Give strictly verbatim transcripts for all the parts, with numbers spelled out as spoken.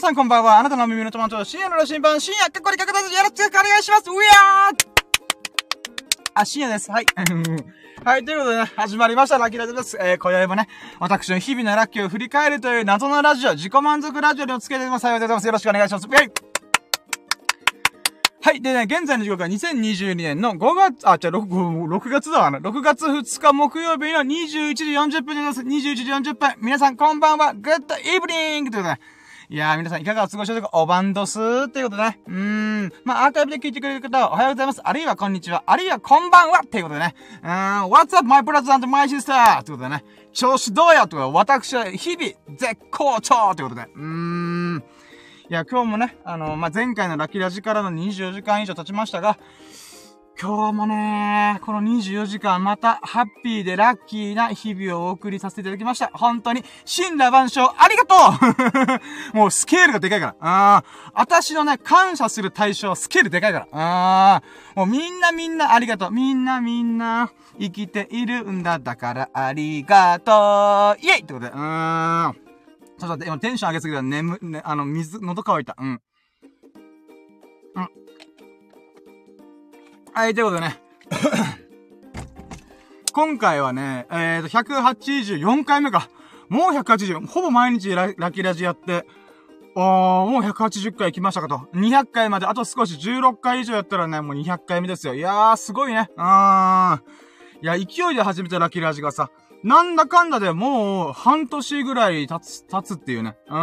さんこんばんは。あなたの耳のトマト、深夜の新版、深夜、かっこりかかたず、よろしくお願いします。うやーあ、深夜です。はい。はい、ということでね、始まりました、ラッキーラジオです。えー、今宵もね、私の日々のラッキーを振り返るという謎のラジオ、自己満足ラジオにつけています。ありがとうございます。よろしくお願いします。イェイはい。でね、現在の時刻はにせんにじゅうにねんのごがつ、あ、じゃあ、ろくがつだわな。ろくがつふつか木曜日のにじゅういちじよんじゅっぷんでございます。にじゅういちじよんじゅっぷん。皆さんこんばんは。グッドイブニングということで。いやー、皆さんいかがお過ごしでしょうか。おばんどすーっていうことでね。うーん。まあ、アーカイブで聞いてくれる方はおはようございます。あるいはこんにちは。あるいはこんばんはっていうことでね。うーん。What's up, my brother and my sister? ってことでね。調子どうやってことで、私は日々絶好調ってことで。うーん。いや、今日もね、あの、まあ、前回のラッキーラジからのにじゅうよじかん以上経ちましたが、今日もね、このにじゅうよじかんまたハッピーでラッキーな日々をお送りさせていただきました。本当に、神羅万象ありがとうもうスケールがでかいから。あー、私のね、感謝する対象スケールでかいから。あー、もうみんなみんなありがとう。みんなみんな生きているんだ。だからありがとう。イェイってことで、うーん。ちょっと待って、今テンション上げすぎたら眠、ね、あの、水、喉乾いた。うん。うん。はい、ということでね。今回はね、えーと、ひゃくはちじゅうよんかいめか。もうひゃくはちじゅう、ほぼ毎日ラ、ラッキーラジやって、おー、もうひゃくはちじゅっかい来ましたかと。にひゃっかいまで、あと少しじゅうろっかい以上やったらね、もうにひゃっかいめですよ。いやー、すごいね。うーん。いや、勢いで始めたラッキーラジがさ、なんだかんだでもう、半年ぐらい経つ、経つっていうね。うん、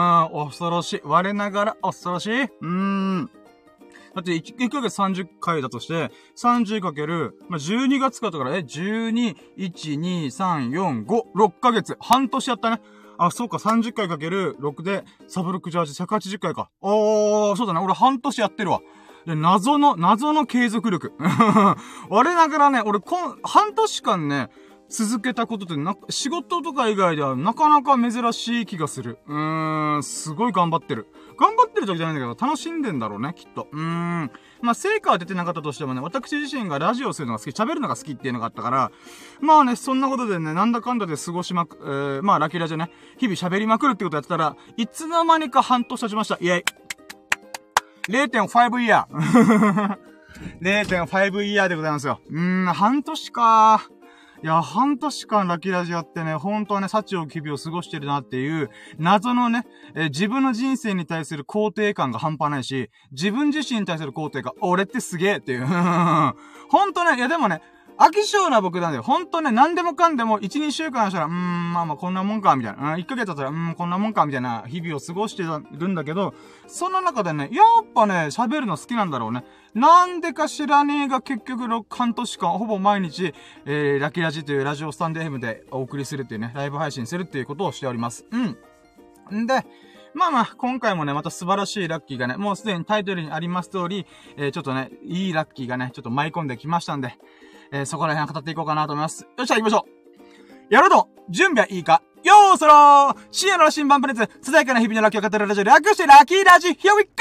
恐ろしい。我ながら恐ろしい。うーん。だって、いっかげつさんじゅっかいだとして、さんじゅうかける、まあ、じゅうにがつかとから、え、じゅうに、いち、に、さん、よん、ご、ろっかげつ。半年やったね。あ、そうか、さんじゅっかいかけるろくで、サブろくじゅうはち、ひゃくはちじゅっかいか。おー、そうだね。俺半年やってるわ。で、謎の、謎の継続力。我ながらね、俺、こん、半年間ね、続けたことってな、仕事とか以外ではなかなか珍しい気がする。うーん、すごい頑張ってる。頑張ってる時じゃないんだけど、楽しんでんだろうね、きっと。うーん。まあ、成果は出てなかったとしてもね、私自身がラジオするのが好き、喋るのが好きっていうのがあったから、まあね、そんなことでね、なんだかんだで過ごしまく、えー、まあ、ラッキーラジオね、日々喋りまくるってことやってたら、いつの間にか半年経ちました。イェイ。れいてんご イヤー。れいてんご イヤーでございますよ。うーん、半年かー。いや、半年間ラッキーラジオやってね、本当はね、幸を日々を過ごしてるなっていう、謎のね、えー、自分の人生に対する肯定感が半端ないし、自分自身に対する肯定感、俺ってすげえっていう。本当ね、いやでもね、飽き性な僕なんだよ。ほんとね、何でもかんでも、いち、にしゅうかんしたら、うーん、まあまあこんなもんか、みたいな。うん、いっかげつだったら、うーん、こんなもんか、みたいな日々を過ごしてるんだけど、その中でね、やっぱね、喋るの好きなんだろうね。なんでか知らねえが結局ろく、半年間、ほぼ毎日、えー、ラキラジというラジオスタンド エフエム でお送りするっていうね、ライブ配信するっていうことをしております。うん。んで、まあまあ、今回もね、また素晴らしいラッキーがね、もうすでにタイトルにあります通り、えー、ちょっとね、いいラッキーがね、ちょっと舞い込んできましたんで、えー、そこら辺を語っていこうかなと思います。よっしゃ、行きましょう。やると、準備はいいかよーそろー深夜の新版プレゼンツ、ささやかな日々のラッキーを語るラジオ、略してラッキーラジ、Here we go!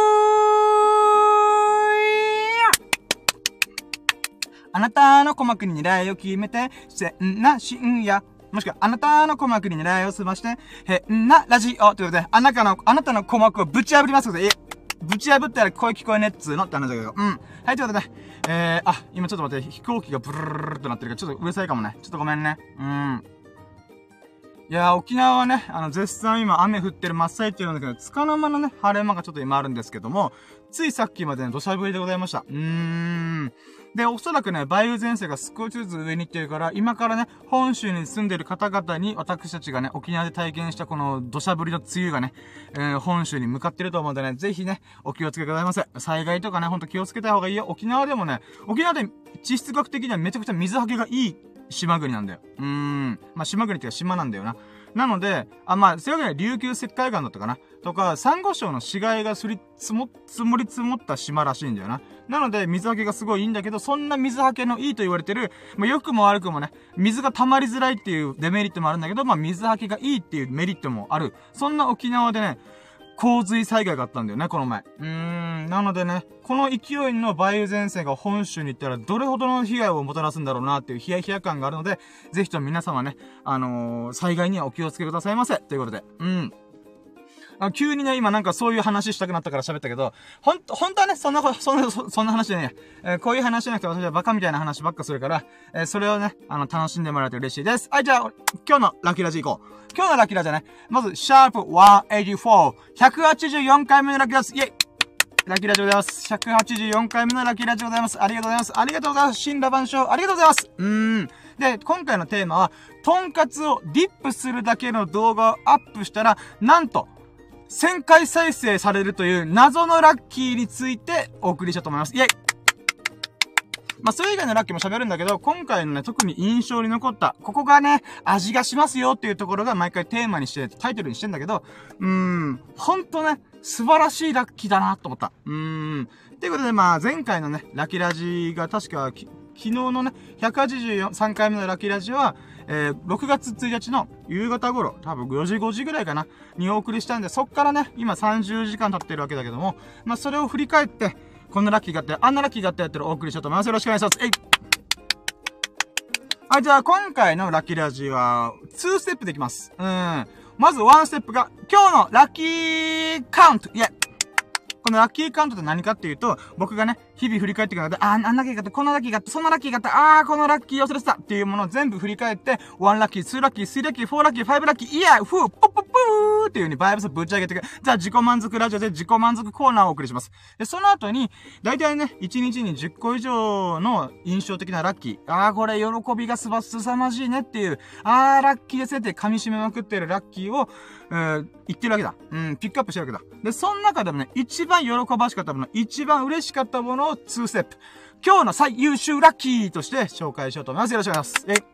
あなたの鼓膜に狙いを決めて、変な深夜。もしくは、あなたの鼓膜に狙いを済まして、変なラジオ。ということで、あなたの、あなたの鼓膜をぶち破りますので、ぶち破ったら声聞こえねっつーのって話だけど。うん。はい、ということで、えー、あ、今ちょっと待って、飛行機がブルルルルってなってるから、ちょっとうるさいかもね。ちょっとごめんね。うん。いやー、沖縄はね、あの、絶賛今雨降ってる真っ最中なんだけど、つかの間のね、晴れ間がちょっと今あるんですけども、ついさっきまでね、土砂降りでございました。うーん。で、おそらくね、梅雨前線が少しずつ上に行ってるから、今からね、本州に住んでる方々に、私たちがね、沖縄で体験したこの土砂降りの梅雨がね、えー、本州に向かってると思うんでね、ぜひね、お気をつけくださいませ。災害とかね、ほんと気をつけた方がいいよ。沖縄でもね、沖縄で地質学的にはめちゃくちゃ水はけがいい島国なんだよ。うーん。まあ、島国っていうか島なんだよな。なので、あ、まあ、そういうわけで琉球石灰岩だったかなとか、サンゴ礁の死骸がすり、積も、積もり積もった島らしいんだよな。なので、水はけがすごいいいんだけど、そんな水はけのいいと言われてる、まあ、良くも悪くもね、水が溜まりづらいっていうデメリットもあるんだけど、まあ、水はけがいいっていうメリットもある。そんな沖縄でね、洪水災害があったんだよね、この前。うーん、なのでね、この勢いの梅雨前線が本州に行ったらどれほどの被害をもたらすんだろうなっていうヒヤヒヤ感があるので、ぜひとも皆様ね、あのー、災害にはお気をつけくださいませ。ということで、うん。 あ急にね、今なんかそういう話したくなったから喋ったけど、ほんと、本当はね、そんな、そんな、そんな話じゃねえ。えー、こういう話じゃなくて私はバカみたいな話ばっかするから、えー、それをね、あの、楽しんでもらえて嬉しいです。はい、じゃあ、今日のラッキーラジ行こう。今日のラッキーラジはね、まず、シャープひゃくはちじゅうよん。ひゃくはちじゅうよんかいめのラッキーラジ、イェイラッキーラジでございます。ひゃくはちじゅうよんかいめのラッキーラジでございます。ありがとうございます。ありがとうございます。新羅万象、ありがとうございます。うーん。で、今回のテーマは、とんかつをディップするだけの動画をアップしたら、なんと、せんかい再生されるという謎のラッキーについてお送りしようと思います。イェイまあ、それ以外のラッキーも喋るんだけど、今回のね、特に印象に残った、ここがね、味がしますよっていうところが毎回テーマにして、タイトルにしてんだけど、うーん、ほんとね、素晴らしいラッキーだなと思った。うーん。ということで、まあ、前回のね、ラッキーラジが確か、昨日のね、ひゃくはちじゅうさんかいめのラッキーラジは、えー、ろくがつついたちの夕方頃、多分よじごじぐらいかな、にお送りしたんで、そっからね、今さんじゅうじかん経ってるわけだけども、まあ、それを振り返って、こんなラッキーがあって、あんなラッキーがあってやってるお送りしようと思います。よろしくお願いします。えいはい、じゃあ今回のラッキーラジは、にステップでいきます。うん。まずいちステップが、今日のラッキーカウントイェイこのラッキーカウントって何かっていうと、僕がね、日々振り返ってくるので、あー、あんなラッキーがあって、このラッキーがあって、そんなラッキーがあって、あー、このラッキー忘れてたっていうものを全部振り返って、いちラッキー、にラッキー、さんラッキー、よんラッキー、ごラッキー、イヤー、フー、ポッポッポーっていう風にバイブスぶち上げてくる。じゃあ自己満足ラジオで自己満足コーナーをお送りします。で、その後に、だいたいね、いちにちにじゅっこ以上の印象的なラッキー。あー、これ喜びがすばすさまじいねっていう、あー、ラッキーですねって噛み締めまくってるラッキーを、えー、言ってるわけだ。うん、ピックアップしてるわけだ。で、その中でもね、一番喜ばしかったもの、一番嬉しかったものをにステップ。今日の最優秀ラッキーとして紹介しようと思います。よろしくお願いします。え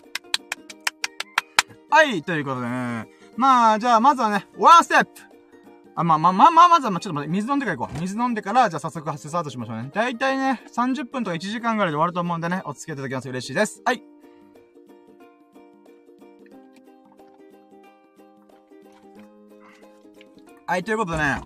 はい、ということでね。まあ、じゃあ、まずはね、ワンステップ。あ、まあまあまあまあ、まずは、まあ、ちょっと待って、水飲んでから行こう。水飲んでから、じゃあ早速スタートしましょうね。だいたいね、さんじゅっぷんとかいちじかんぐらいで終わると思うんでね、お付き合いいただきます。嬉しいです。はい。はい、ということでね。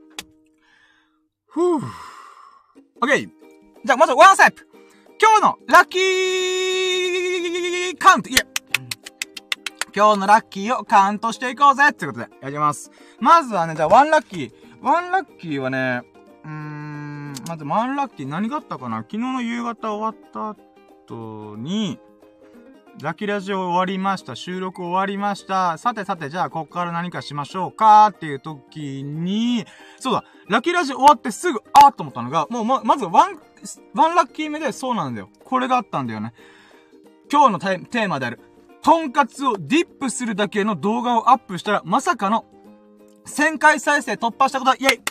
ふぅ。オッケー。じゃあ、まずワンステップ。今日のラッキーカウントイェイ今日のラッキーをカウントしていこうぜってことで、やります。まずはね、じゃあワンラッキー。ワンラッキーはね、うーん、まずワンラッキー何があったかな昨日の夕方終わった後に、ラッキーラジオ終わりました。収録終わりました。さてさて、じゃあ、ここから何かしましょうかっていう時に、そうだ、ラッキーラジオ終わってすぐ、あーっと思ったのが、もうま、まずワン、ワンラッキー目でそうなんだよ。これがあったんだよね。今日のテーマである、とんかつをディップするだけの動画をアップしたら、まさかの、せんかい再生突破したことは、イェイ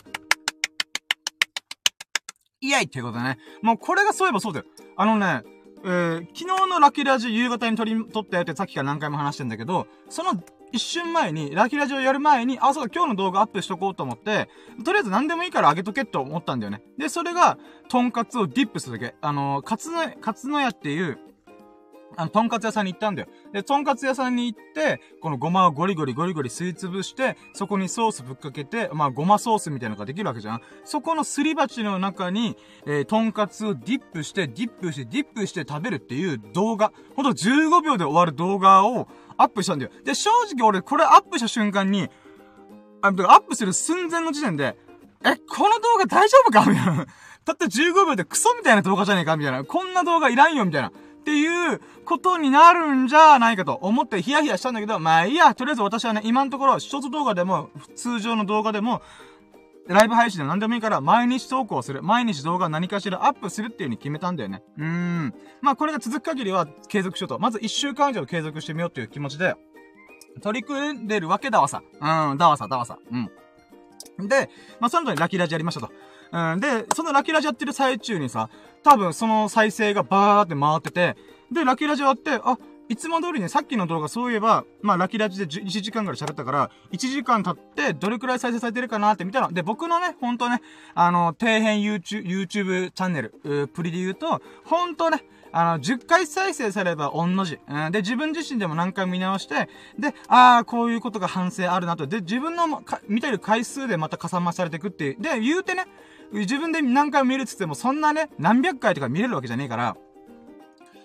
イェイっていうことだね。もうこれがそういえばそうだよ。あのね、えー、昨日のラッキーラジオ夕方に撮り、撮ったよってさっきから何回も話してんだけど、その一瞬前に、ラッキーラジオやる前に、あ、そうだ、今日の動画アップしとこうと思って、とりあえず何でもいいから上げとけって思ったんだよね。で、それが、とんかつをディップするだけ。あのー、かつの、かつのやっていう、あの、とんかつ屋さんに行ったんだよ。で、とんかつ屋さんに行って、このごまをゴリゴリゴリゴリ吸いつぶして、そこにソースぶっかけて、まあ、ごまソースみたいなのができるわけじゃん。そこのすり鉢の中に、えー、とんかつをディップして、ディップして、ディップして食べるっていう動画。ほんとじゅうごびょうで終わる動画をアップしたんだよ。で、正直俺、これアップした瞬間に、あ、アップする寸前の時点で、え、この動画大丈夫かみたいな。たったじゅうごびょうでクソみたいな動画じゃねえかみたいな。こんな動画いらんよみたいな。っていうことになるんじゃないかと思ってヒヤヒヤしたんだけど、まあいいや、とりあえず私はね、今のところ、ショート動画でも、通常の動画でも、ライブ配信でも何でもいいから、毎日投稿する。毎日動画何かしらアップするっていう風に決めたんだよね。うーん。まあこれが続く限りは継続しようと。まずいっしゅうかん以上継続してみようっていう気持ちで、取り組んでるわけだわさ。うん、だわさ、だわさ。うん。で、まあその後にラッキーラジやりましたと。うん。で、そのラッキーラジやってる最中にさ、多分その再生がバーって回ってて、で、ラッキーラジ終わって、あ、いつも通りね、さっきの動画そういえば、まあ、ラッキーラジでいちじかんぐらい喋ったから、いちじかん経って、どれくらい再生されてるかなって見たら、で、僕のね、ほんとね、あの、底辺 YouTube、YouTube チャンネル、うプリで言うと、ほんとね、あの、じゅっかい再生されれば御の字。うん、で、自分自身でも何回も見直して、で、あー、こういうことが反省あるなと。で、自分の見てる回数でまた加算増されていくっていう。で、言うてね、自分で何回も見るって言っても、そんなね、何百回とか見れるわけじゃねえから、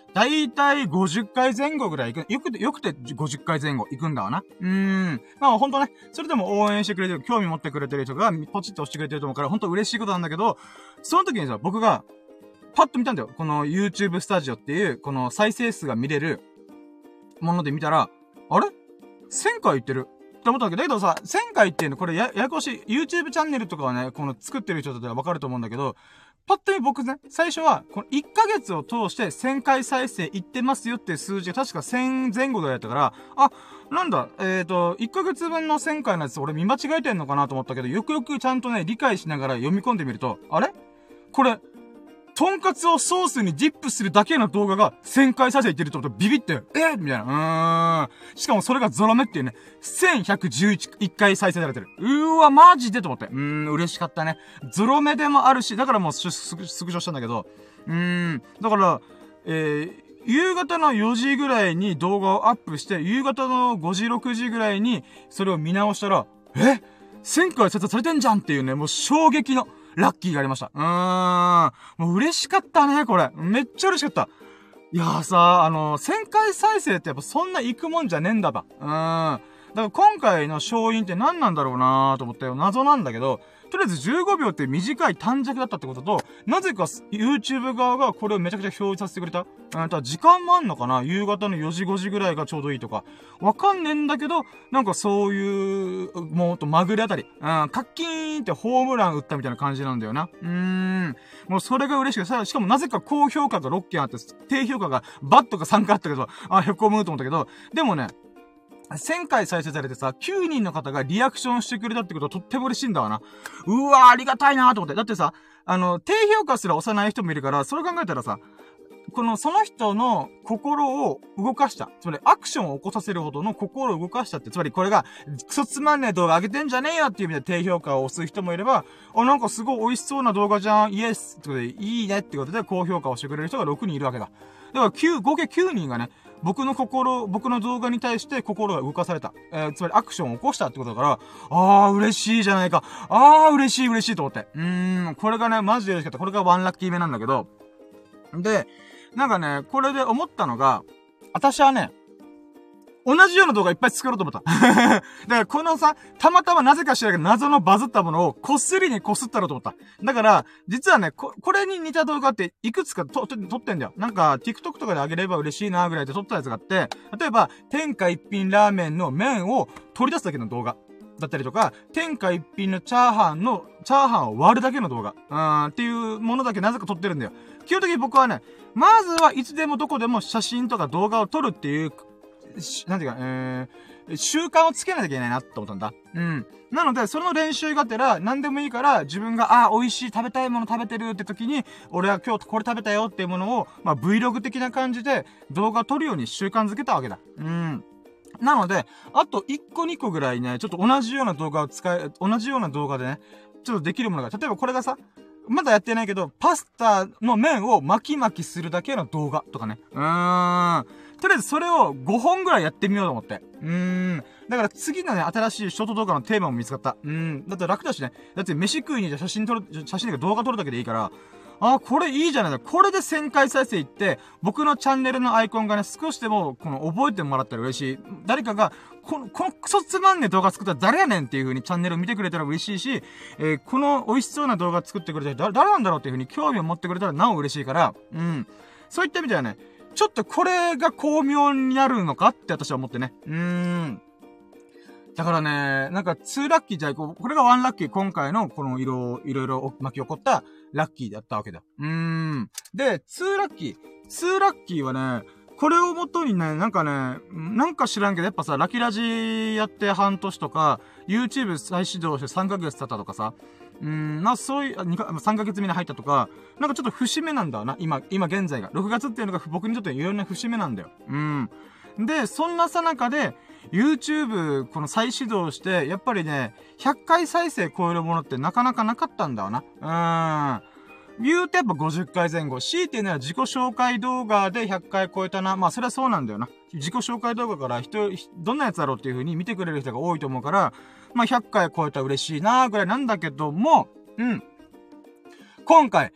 だいたいごじゅっかいぜん後ぐらい行く、よくて、よくてごじゅっかいぜん後行くんだわな。うーん。まあほんとね、それでも応援してくれてる、興味持ってくれてる人がポチッと押してくれてると思うから、ほんと嬉しいことなんだけど、その時にさ、僕が、パッと見たんだよ。この YouTube スタジオっていう、この再生数が見れるもので見たら、あれ ?せん 回行ってるって思ったわけだけどさ、せんかいっていうの、これや、ややこしい。YouTube チャンネルとかはね、この作ってる人だったらわかると思うんだけど、パッと見僕ね、最初は、このいっかげつを通してせんかい再生いってますよっていう数字が確かせんぜん後ぐらいだったから、あ、なんだ、えーと、いっかげつぶんのせんかいのやつ俺見間違えてんのかなと思ったけど、よくよくちゃんとね、理解しながら読み込んでみると、あれこれ、とんかつをソースにディップするだけの動画がせんかい再生いってるってことビビって、えみたいな。うーん。しかもそれがゾロ目っていうね、せんひゃくじゅういちかい再生されてる。うーわ、マジでと思って。うーん、嬉しかったね。ゾロ目でもあるし、だからもうスクショしたんだけど、うーん。だから、えー、夕方のよじぐらいに動画をアップして、夕方のごじ、ろくじぐらいにそれを見直したら、え ?せん 回再生されてんじゃんっていうね、もう衝撃の、ラッキーがありました。うーん。もう嬉しかったね、これ。めっちゃ嬉しかった。いやーさ、あのー、せんかい再生ってやっぱそんな行くもんじゃねえんだば。うーん。だから今回の勝因って何なんだろうなーと思ったよ。謎なんだけど、とりあえずじゅうごびょうって短い短尺だったってことと、なぜか YouTube 側がこれをめちゃくちゃ表示させてくれた。あと時間もあんのかな夕方のよじごじぐらいがちょうどいいとか。わかんねえんだけど、なんかそういう、もっとまぐれあたり。うん、カッキーンってホームラン打ったみたいな感じなんだよな。うーん。もうそれが嬉しくて、さ、しかもなぜか高評価がろっけんあって、低評価がバットがさんかいあったけど、あ、へこむと思ったけど、でもね、せんかい再生されてさ、きゅうにんの方がリアクションしてくれたってことはとっても嬉しいんだわな。うわー、ありがたいなーと思って。だってさ、あの、低評価すら押さない人もいるから、それ考えたらさ、この、その人の心を動かした。つまり、アクションを起こさせるほどの心を動かしたって。つまり、これが、クソつまんねえ動画上げてんじゃねえよっていう意味で低評価を押す人もいれば、あ、なんかすごい美味しそうな動画じゃん、イエスってことで、いいねってことで高評価をしてくれる人がろくにんいるわけだ。だからきゅう、合計きゅうにんがね、僕の心、僕の動画に対して心が動かされた。えー、つまりアクションを起こしたってことだから、あー、嬉しいじゃないか。あー、嬉しい嬉しいと思って。うーん、これがね、マジで嬉しかった。これがワンラッキー目なんだけど。で、なんかね、これで思ったのが、私はね、同じような動画いっぱい作ろうと思った。だからこのさ、たまたまなぜか知らないけど謎のバズったものをこっすりにこすったろうと思った。だから、実はね、こ、これに似た動画っていくつかと、と、撮ってんだよ。なんか、TikTok とかで上げれば嬉しいなぐらいで撮ったやつがあって、例えば、天下一品ラーメンの麺を取り出すだけの動画。だったりとか、天下一品のチャーハンの、チャーハンを割るだけの動画。うーん、っていうものだけなぜか撮ってるんだよ。基本的に僕はね、まずはいつでもどこでも写真とか動画を撮るっていう、なんていうか、えー、習慣をつけないといけないなって思ったんだ。うん。なので、その練習がてら、何でもいいから、自分が、あ、美味しい、食べたいもの食べてるって時に、俺は今日これ食べたよっていうものを、まあ、Vlog 的な感じで動画を撮るように習慣づけたわけだ。うん。なので、あといっこにこぐらいね、ちょっと同じような動画を使え、同じような動画でね、ちょっとできるものが、例えばこれがさ、まだやってないけど、パスタの麺を巻き巻きするだけの動画とかね。うーん。とりあえずそれをごほんぐらいやってみようと思って。うーん。だから次のね、新しいショート動画のテーマも見つかった。うーん。だって楽だしね。だって飯食いに写真撮る、写真とか動画撮るだけでいいから、あ、これいいじゃないか。これでせんかい再生いって、僕のチャンネルのアイコンがね、少しでも、この、覚えてもらったら嬉しい。誰かが、この、このクソつまんねえ動画作ったら誰やねんっていう風にチャンネルを見てくれたら嬉しいし、えー、この美味しそうな動画作ってくれたら誰なんだろうっていう風に興味を持ってくれたらなお嬉しいから、うん。そういった意味ではね、ちょっとこれが巧妙になるのかって私は思ってね。うーん。だからね、なんかにラッキーじゃいこう、これがいちラッキー、今回のこの色、いろいろ巻き起こったラッキーだったわけだ。うーん。で、にラッキー。にラッキーはね、これをもとにね、なんかね、なんか知らんけど、やっぱさ、ラキラジやって半年とか、YouTube 再始動してさんかげつ経ったとかさ、うーん、まあそういう、にか、さんかげつめに入ったとか、なんかちょっと節目なんだな、今、今現在が。ろくがつっていうのが僕にとっていろんな節目なんだよ。うん。で、そんなさなかで、YouTube、この再始動して、やっぱりね、ひゃっかい再生超えるものってなかなかなかったんだわな。うーん。言うてやっぱごじゅっかいぜん後。強いてね、自己紹介動画でひゃっかい超えたな。まあ、それはそうなんだよな。自己紹介動画から人、どんなやつだろうっていう風に見てくれる人が多いと思うから、まあ、ひゃっかい超えたら嬉しいなぐらいなんだけども、うん。今回、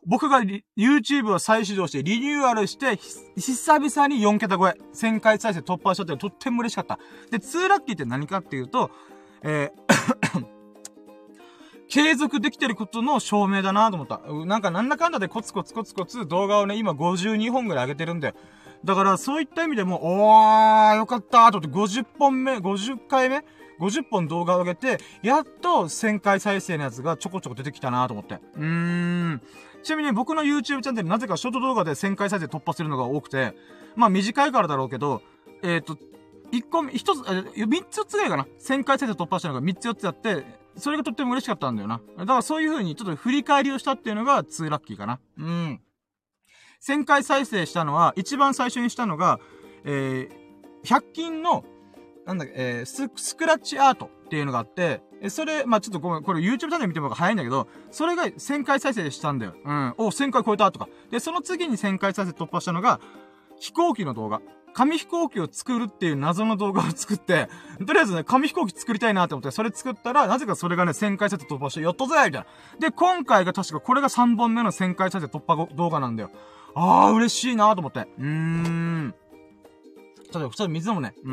僕が YouTube を再始動してリニューアルして、久々によん桁超え、せんかい再生突破したってとっても嬉しかった。で、ツーラッキーって何かっていうと、えー、継続できてることの証明だなと思った。なんかなんだかんだでコツコツコツコツ動画をね、今ごじゅうにほんぐらい上げてるんで。だからそういった意味でも、おー、よかったーと思ってごじゅっぽんめ、ごじゅっかいめごじゅっぽん動画を上げて、やっとせんかい再生のやつがちょこちょこ出てきたなと思って。うーん。ちなみに僕の YouTube チャンネルなぜかショート動画でせんかい再生突破するのが多くて、まあ短いからだろうけど、えっと、いっこめ、ひとつ、みっつよっつぐらいかな。せんかい再生突破したのがみっつよっつやって、それがとっても嬉しかったんだよな。だからそういう風にちょっと振り返りをしたっていうのがツーラッキーかな。うん。せんかい再生したのは、一番最初にしたのが、えー、ひゃく均の、なんだっけ、えー、ス、スクラッチアートっていうのがあって、それ、まあ、ちょっとごめん、これ YouTube チャンネル見てもらうから早いんだけど、それがせんかい再生したんだよ。うん。お、せんかい超えたとか。で、その次にせんかい再生突破したのが、飛行機の動画。紙飛行機を作るっていう謎の動画を作って、とりあえずね、紙飛行機作りたいなと思って、それ作ったら、なぜかそれがね、せんかい再生突破して、やったぜみたいな。で、今回が確かこれがさんぼんめのせんかい再生突破動画なんだよ。あー、嬉しいなと思って。うーん。ちょっと、ちょっと水飲むね。うん。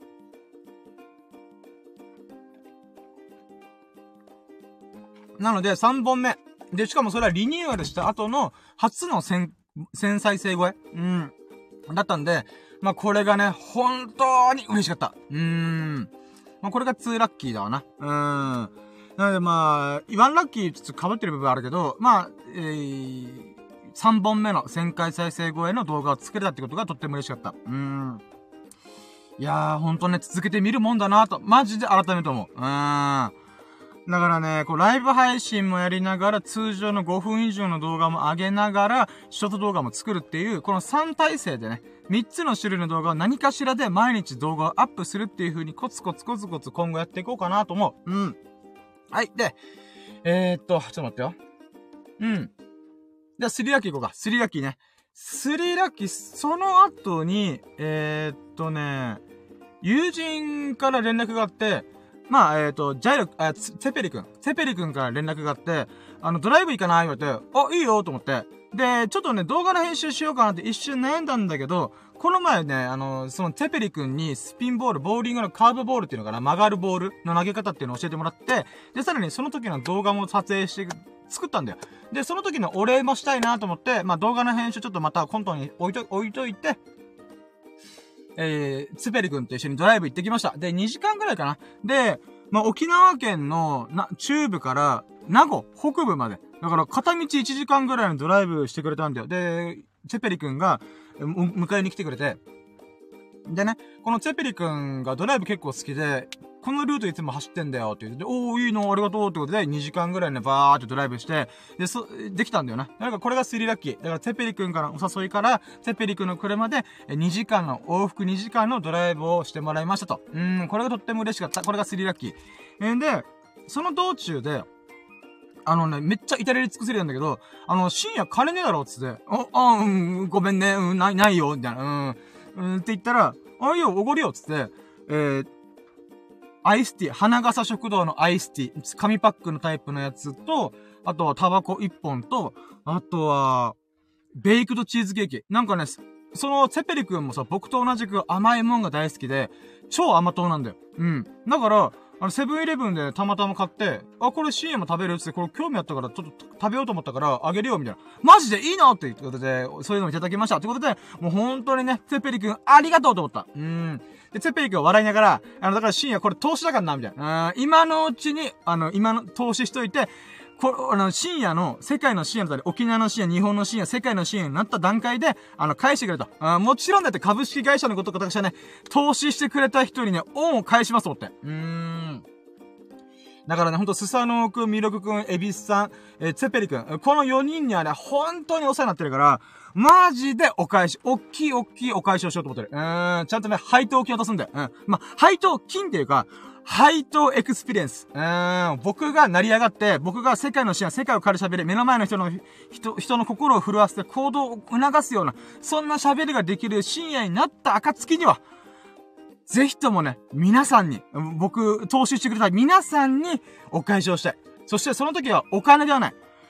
なので、さんぼんめ。で、しかもそれはリニューアルした後の、初のせん、せん再生超え。うん。だったんで、まあ、これがね、本当に嬉しかった。うーん。まあ、これがツーラッキーだわな。うーん。なのでまあ、ワンラッキーちょっと被ってる部分あるけど、まあ、えー、さんぼんめのせんかい再生超えの動画を作れたってことがとっても嬉しかった。うーん。いやー、ほんとね、続けてみるもんだなと、マジで改めて思う。うーん。だからね、こう、ライブ配信もやりながら、通常のごふん以上の動画も上げながら、ショート動画も作るっていう、このさん体制でね、みっつの種類の動画を何かしらで毎日動画をアップするっていう風にコツコツコツコツ今後やっていこうかなと思う。うん。はい。で、えー、っと、ちょっと待ってよ。うん。じゃあ、スリラッキー行こうか。スリラッキーね。スリラッキー、その後に、えー、っとね、友人から連絡があって、まあ、えっ、ー、と、ジャイロ、あ、ツェペリ君。ツェペリ君から連絡があって、あの、ドライブ行かない言われて、あ、いいよと思って。で、ちょっとね、動画の編集しようかなって一瞬悩んだんだけど、この前ね、あの、そのツェペリ君にスピンボール、ボーリングのカーブボールっていうのかな、曲がるボールの投げ方っていうのを教えてもらって、で、さらにその時の動画も撮影して、作ったんだよ。で、その時のお礼もしたいなと思って、まあ、動画の編集ちょっとまたコントに置いと、置いといて、えー、ツペリ君と一緒にドライブ行ってきました。で、にじかんぐらいかな。で、まあ、沖縄県の、な、中部から、名護、北部まで。だから、片道いちじかんぐらいのドライブしてくれたんだよ。で、チェペリ君が、迎えに来てくれて。でね、このチェペリ君がドライブ結構好きで、このルートいつも走ってんだよって言って、おー、いいの、ありがとうってことで、にじかんぐらいね、バーってドライブして、で、そ、できたんだよな。だからこれがスリラッキー。だから、チェペリ君からお誘いから、チェペリ君の車で、にじかんの、往復にじかんのドライブをしてもらいましたと。うーん、これがとっても嬉しかった。これがスリラッキー。えー、で、その道中で、あのね、めっちゃ至れり尽くせりなんだけど、あの、深夜金ねえだろっつって、あ、あ、うん、ごめんね、うん、ない、ないよ、みたいな、うん、うん、って言ったら、あ、いいよ、おごりよ、つって、えー、アイスティー、花笠食堂のアイスティー、紙パックのタイプのやつと、あとはタバコいっぽんと、あとは、ベイクドチーズケーキ。なんかね、そのツェペリ君もさ、僕と同じく甘いもんが大好きで、超甘党なんだよ。うん。だから、あの、セブンイレブンでたまたま買って、あ、これ深夜も食べるっつって、これ興味あったから、ちょっと食べようと思ったから、あげるよ、みたいな。マジでいいのって言ってことで、そういうのをいただきました。ってことで、もう本当にね、ツェペリ君、ありがとうと思った。うーん。で、ツェペリ君は笑いながら、あの、だから深夜これ投資だからな、みたいな。うん、今のうちに、あの、今の、投資しといて、こあの、深夜の、世界の深夜だったり、沖縄の深夜、日本の深夜、世界の深夜になった段階で、あの、返してくれと。あもちろんだって株式会社のことか私はね、投資してくれた人にね、恩を返しますと思って。うーん。だからね、ほんと、スサノオくん、ミロクくん、エビスさん、えー、ツェペリくん、このよにんにはね、本当にお世話になってるから、マジでお返し、おっきいおっきいお返しをしようと思ってる。うーん、ちゃんとね、配当金を出すんだよ。うん。まあ、配当金っていうか、配当エクスペリエンス。うーん、僕が成り上がって、僕が世界の視野、世界を変える喋り、目の前の人の、人、人の心を震わせて行動を促すような、そんな喋りができる深夜になった暁には、ぜひともね、皆さんに、僕、投資してくれた皆さんにお返しをしたい。そしてその時はお金ではない。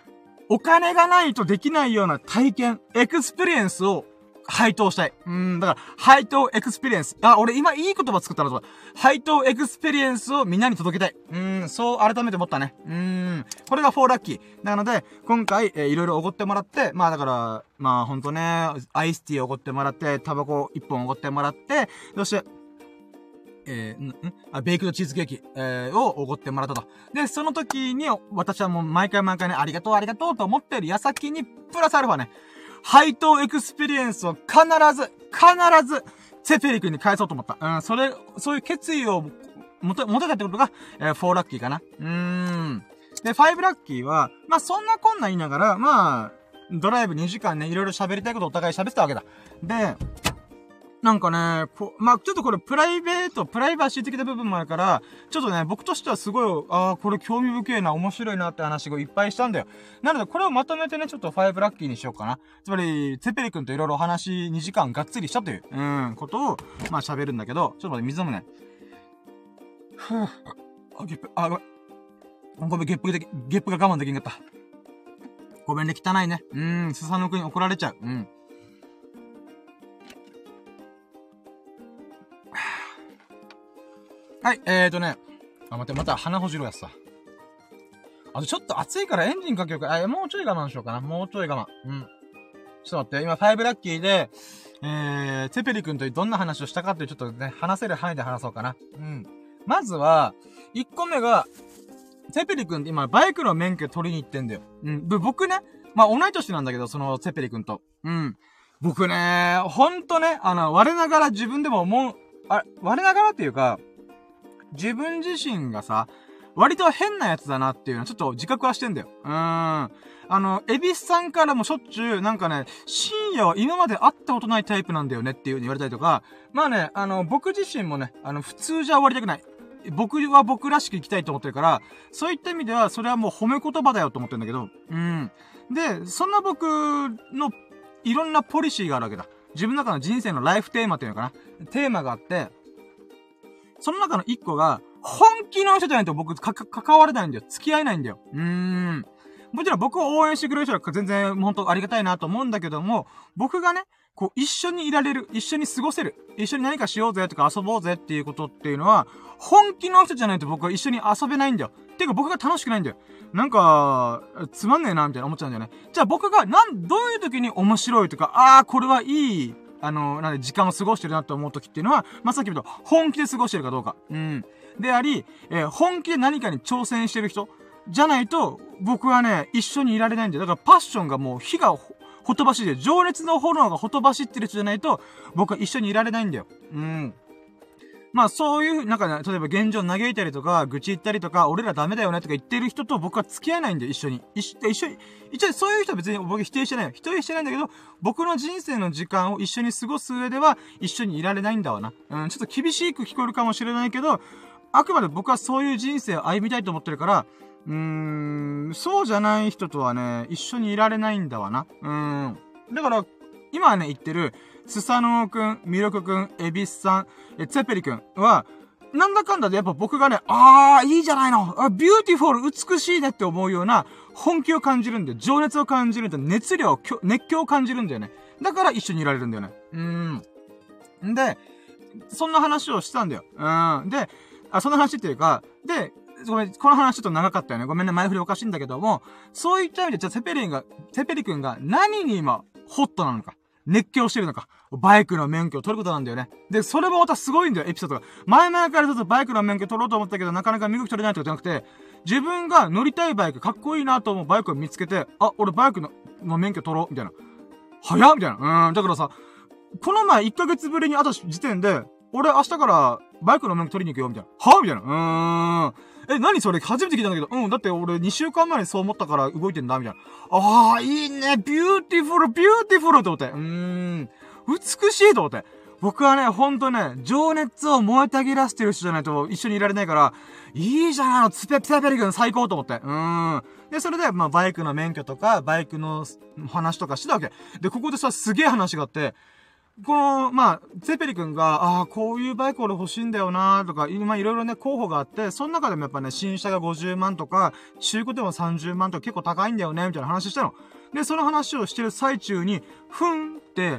お金がないとできないような体験、エクスペリエンスを配当したい。うん、だから、配当エクスペリエンス。あ、俺今いい言葉作ったなと。配当エクスペリエンスをみんなに届けたい。うん、そう改めて思ったね。うん、これがフォーラッキー。なので、今回、えー、いろいろおごってもらって、まあだから、まあほんとね、アイスティーおごってもらって、タバコいっぽんおごってもらって、そして、えー、ん、んあ、ベイクドチーズケーキ、えー、をおごってもらったと。で、その時に、私はもう毎回毎回ね、ありがとうありがとうと思ってる矢先に、プラスアルファね、配当エクスペリエンスを必ず、必ず、セペリ君に返そうと思った。うん、それ、そういう決意を持て、持てたってことが、えー、フォーラッキーかな。うーん。で、ファイブラッキーは、まあ、そんなこんな言いながら、まあ、ドライブにじかんね、いろいろ喋りたいことをお互い喋ってたわけだ。で、なんかね、こまあ、ちょっとこれプライベート、プライバシー的な部分もあるから、ちょっとね、僕としてはすごい、ああ、これ興味深いな、面白いなって話をいっぱいしたんだよ。なので、これをまとめてね、ちょっとファイブラッキーにしようかな。つまり、セペリ君といろいろお話にじかんがっつりしたという、うん、ことを、まあ喋るんだけど、ちょっと待って、水飲むね。ふぅ。あ、ゲップ、あ、ごめん。ごめん、ゲップで、ゲップが我慢できんかった。ごめんね、汚いね。うーん、スサノ君に怒られちゃう。うん。はい、えーとね。あ、待って、また鼻ほじろやつさ。あとちょっと暑いからエンジンかけようか。あ、もうちょい我慢しようかな。もうちょい我慢。うん。ちょっと待って、今、ファイブラッキーで、えー、テペリ君とどんな話をしたかっていうちょっとね、話せる範囲で話そうかな。うん。まずは、いっこめが、テペリ君って今、バイクの免許取りに行ってんだよ。うん。で、僕ね、まあ、同い年なんだけど、その、テペリ君と。うん。僕ね、ほんとね、あの、我ながら自分でも思う、あ、我ながらっていうか、自分自身がさ、割と変なやつだなっていうのはちょっと自覚はしてんだよ。うーん。あの、エビスさんからもしょっちゅう、なんかね、深夜は今まで会ったことないタイプなんだよねっていう風に言われたりとか、まあね、あの、僕自身もね、あの、普通じゃ終わりたくない。僕は僕らしく生きたいと思ってるから、そういった意味では、それはもう褒め言葉だよと思ってるんだけど、うん。で、そんな僕の、いろんなポリシーがあるわけだ。自分の中の人生のライフテーマっていうのかな。テーマがあって、その中の一個が、本気の人じゃないと僕、か、か、関われないんだよ。付き合えないんだよ。うーん。もちろん僕を応援してくれる人は全然、本当ありがたいなと思うんだけども、僕がね、こう、一緒にいられる、一緒に過ごせる、一緒に何かしようぜとか遊ぼうぜっていうことっていうのは、本気の人じゃないと僕は一緒に遊べないんだよ。ていうか僕が楽しくないんだよ。なんか、つまんねえな、みたいな思っちゃうんだよね。じゃあ僕が、なん、どういう時に面白いとか、あー、これはいい、あの、なんで時間を過ごしてるなと思う時っていうのは、まあ、さっき言った本気で過ごしてるかどうか。うん。であり、えー、本気で何かに挑戦してる人じゃないと、僕はね、一緒にいられないんだよ。だからパッションがもう火がほ、ほとばしいで、情熱の炎がほとばしってる人じゃないと、僕は一緒にいられないんだよ。うん。まあそういう、なんかね、例えば現状嘆いたりとか、愚痴言ったりとか、俺らダメだよねとか言ってる人と僕は付き合えないんだよ、一緒に。一緒、一緒に、一緒に、そういう人は別に僕否定してないよ。否定してないんだけど、僕の人生の時間を一緒に過ごす上では、一緒にいられないんだわな。うん、ちょっと厳しく聞こえるかもしれないけど、あくまで僕はそういう人生を歩みたいと思ってるから、うーん、そうじゃない人とはね、一緒にいられないんだわな。うん。だから、今はね、言ってる、スサノオくん、ミロコくん、エビスさん、え、ツェペリくんは、なんだかんだでやっぱ僕がね、あー、いいじゃないのあビューティフォル、美しいねって思うような本気を感じるんで、情熱を感じるんで、熱量、熱狂を感じるんだよね。だから一緒にいられるんだよね。うーん。んで、そんな話をしたんだよ。うん。で、あ、その話っていうか、で、ごめん、この話ちょっと長かったよね。ごめんね、前振りおかしいんだけども、そういった意味で、じゃあ、セペリンが、セペリ君が何に今、ホットなのか。熱狂してるのか。バイクの免許を取ることなんだよね。で、それもまたすごいんだよ、エピソードが。前々からずっとバイクの免許取ろうと思ったけど、なかなか身動き取れないとかじゃなくて、自分が乗りたいバイク、かっこいいなと思うバイクを見つけて、あ、俺バイクの、の免許取ろう、みたいな。早っみたいな。うん、だからさ、この前いっかげつぶりに会った時点で、俺明日からバイクの免許取りに行くよ、みたいな。はみたいな。うーん。え、何それ初めて聞いたんだけど、うん、だって俺にしゅうかんまえにそう思ったから動いてんだ、みたいな。ああ、いいね、ビューティフル、ビューティフルと思って。うーん。美しいと思って。僕はね、ほんとね、情熱を燃えたぎらせてる人じゃないと一緒にいられないから、いいじゃん、ツペ、ツペペリ君最高と思って。うーん。で、それで、まあ、バイクの免許とか、バイクの話とかしてたわけ。で、ここでさ、すげえ話があって、 この、まあ、ツェペリ君が、ああ、こういうバイク俺欲しいんだよなとか、今いろいろね、候補があって、その中でもやっぱね、新車がごじゅうまんとか、中古でもさんじゅうまんとか結構高いんだよね、みたいな話したの。で、その話をしてる最中に、ふんって、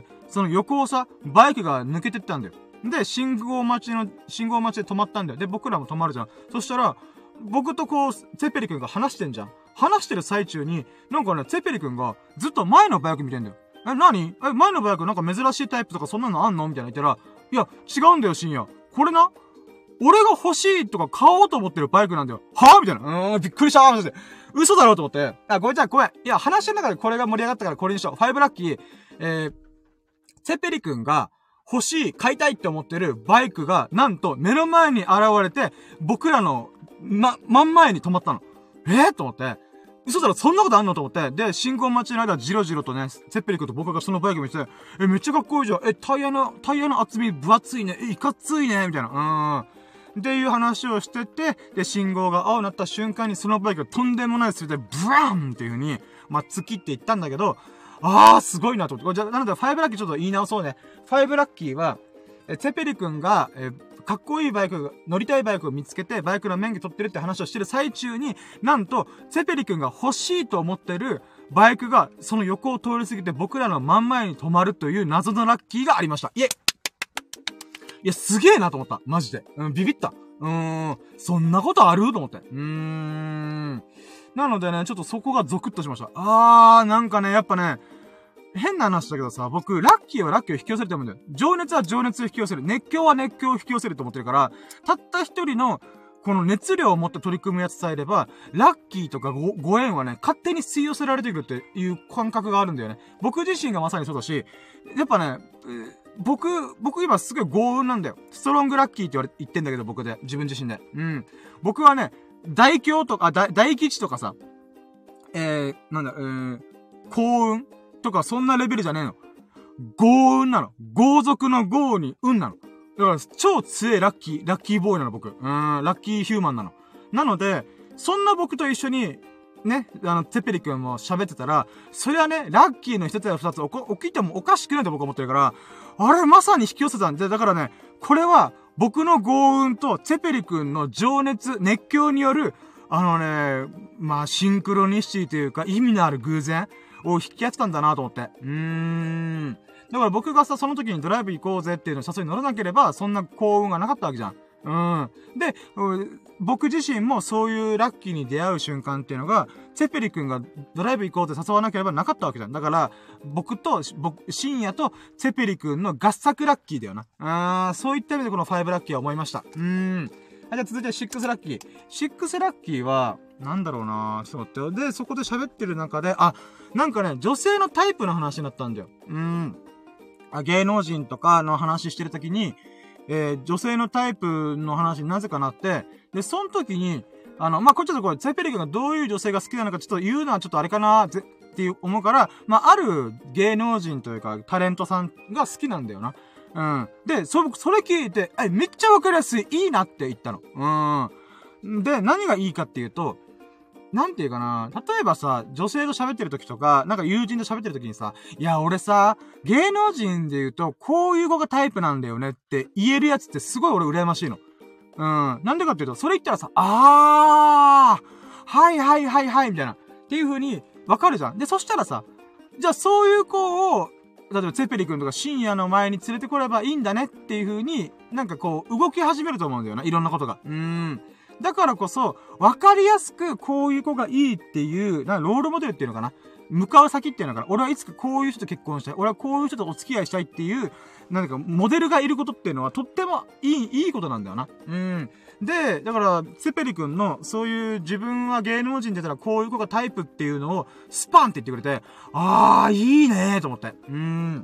その横をさ、バイクが抜けてったんだよ。で、信号待ちの、信号待ちで止まったんだよ。で、僕らも止まるじゃん。そしたら、僕とこう、ツェペリ君が話してんじゃん。話してる最中に、なんかね、ツェペリ君がずっと前のバイク見てんだよ。え、何え、前のバイクなんか珍しいタイプとかそんなのあんのみたいな言ったら、いや、違うんだよ、深夜。これな、俺が欲しいとか買おうと思ってるバイクなんだよ。はぁみたいな。うーん、びっくりしたー。嘘だろうと思って。あ、ごめん、じゃあごめん。いや、話の中でこれが盛り上がったからこれにしよう。ファイブラッキー、えー、ツェペリ君が欲しい、買いたいって思ってるバイクが、なんと目の前に現れて、僕らの、ま、真ん前に止まったの。えー、と思って。嘘だろ、そんなことあんのと思って。で、信号待ちの間、ジロジロとね、セッペリ君と僕がそのバイク見て、え、めっちゃかっこいいじゃん。え、タイヤの、タイヤの厚み分厚いね。え、いかついね。みたいな。うーん。っていう話をしてて、で、信号が青になった瞬間にそのバイクがとんでもないスピードで、ブラーンっていう風に、まあ、突きっていったんだけど、あー、すごいなと思って。これじゃ、なので、ファイブラッキーちょっと言い直そうね。ファイブラッキーは、え、セペリ君が、え、かっこいいバイク、乗りたいバイクを見つけて、バイクの免許取ってるって話をしてる最中に、なんと、セペリ君が欲しいと思ってるバイクが、その横を通り過ぎて僕らの真ん前に止まるという謎のラッキーがありました。いえいや、すげえなと思った。マジで。うん、ビビった。うーん、そんなことあると思って。うーん。なのでね、ちょっとそこがゾクッとしました。あー、なんかね、やっぱね、変な話だけどさ、僕、ラッキーはラッキーを引き寄せると思うんだよ。情熱は情熱を引き寄せる。熱狂は熱狂を引き寄せると思ってるから、たった一人の、この熱量を持って取り組むやつさえいれば、ラッキーとか ご, ご縁はね、勝手に吸い寄せられてくるっていう感覚があるんだよね。僕自身がまさにそうだし、やっぱね、僕、僕今すごい豪運なんだよ。ストロングラッキーって言われ、言ってんだけど、僕で。自分自身で。うん。僕はね、大凶とか、大、大吉とかさ、えー、なんだ、えー、幸運とかそんなレベルじゃねえの。豪運なの。豪族の豪に運なの。だから、超強いラッキー、ラッキーボーイなの、僕。うーん、ラッキーヒューマンなの。なので、そんな僕と一緒に、ね、あの、テペリ君も喋ってたら、そりゃね、ラッキーの一つや二つ起きてもおかしくないと僕は思ってるから、あれ、まさに引き寄せたんで、だからね、これは、僕の豪運とテペリ君の情熱、熱狂による、あのね、まあ、シンクロニシティというか、意味のある偶然を引き合ってたんだなと思って。うーん。だから僕がさ、その時にドライブ行こうぜっていうの誘いに乗らなければ、そんな幸運がなかったわけじゃん。うん。で、僕自身もそういうラッキーに出会う瞬間っていうのが、ツェペリ君がドライブ行こうって誘わなければなかったわけじゃん。だから、僕と、僕、深夜とツェペリ君の合作ラッキーだよな。あー、そういった意味でこのファイブラッキーは思いました。うーん。じゃあ続いてシックスラッキー。シックスラッキーは、なんだろうなちょっと待ってよ。で、そこで喋ってる中で、あ、なんかね、女性のタイプの話になったんだよ。うーん。あ、芸能人とかの話してるときに、えー、女性のタイプの話になぜかなって、で、その時に、あの、まあ、こっちょっとこれ、ツェペリ君がどういう女性が好きなのかちょっと言うのはちょっとあれかなっていう思うから、まあ、ある芸能人というか、タレントさんが好きなんだよな。うん。で、そ、それ聞いて、え、めっちゃわかりやすい、いいなって言ったの。うん。で、何がいいかっていうと、なんていうかな、例えばさ、女性と喋ってる時とか、なんか友人と喋ってる時にさ、いや、俺さ、芸能人で言うと、こういう子がタイプなんだよねって言えるやつってすごい俺羨ましいの。うん。なんでかっていうと、それ言ったらさ、あー、はいはいはいはい、みたいな。っていう風に、わかるじゃん。で、そしたらさ、じゃあそういう子を、例えばツェペリ君とか深夜の前に連れてこればいいんだねっていう風に、なんかこう、動き始めると思うんだよな。いろんなことが。うーん。だからこそ、わかりやすくこういう子がいいっていう、なんかロールモデルっていうのかな。向かう先っていうのかな。俺はいつかこういう人と結婚したい。俺はこういう人とお付き合いしたいっていう、なんかモデルがいることっていうのはとってもいい、いいことなんだよな。うん。で、だから、セペリ君のそういう自分は芸能人でたらこういう子がタイプっていうのをスパンって言ってくれて、あー、いいねーと思って。うん。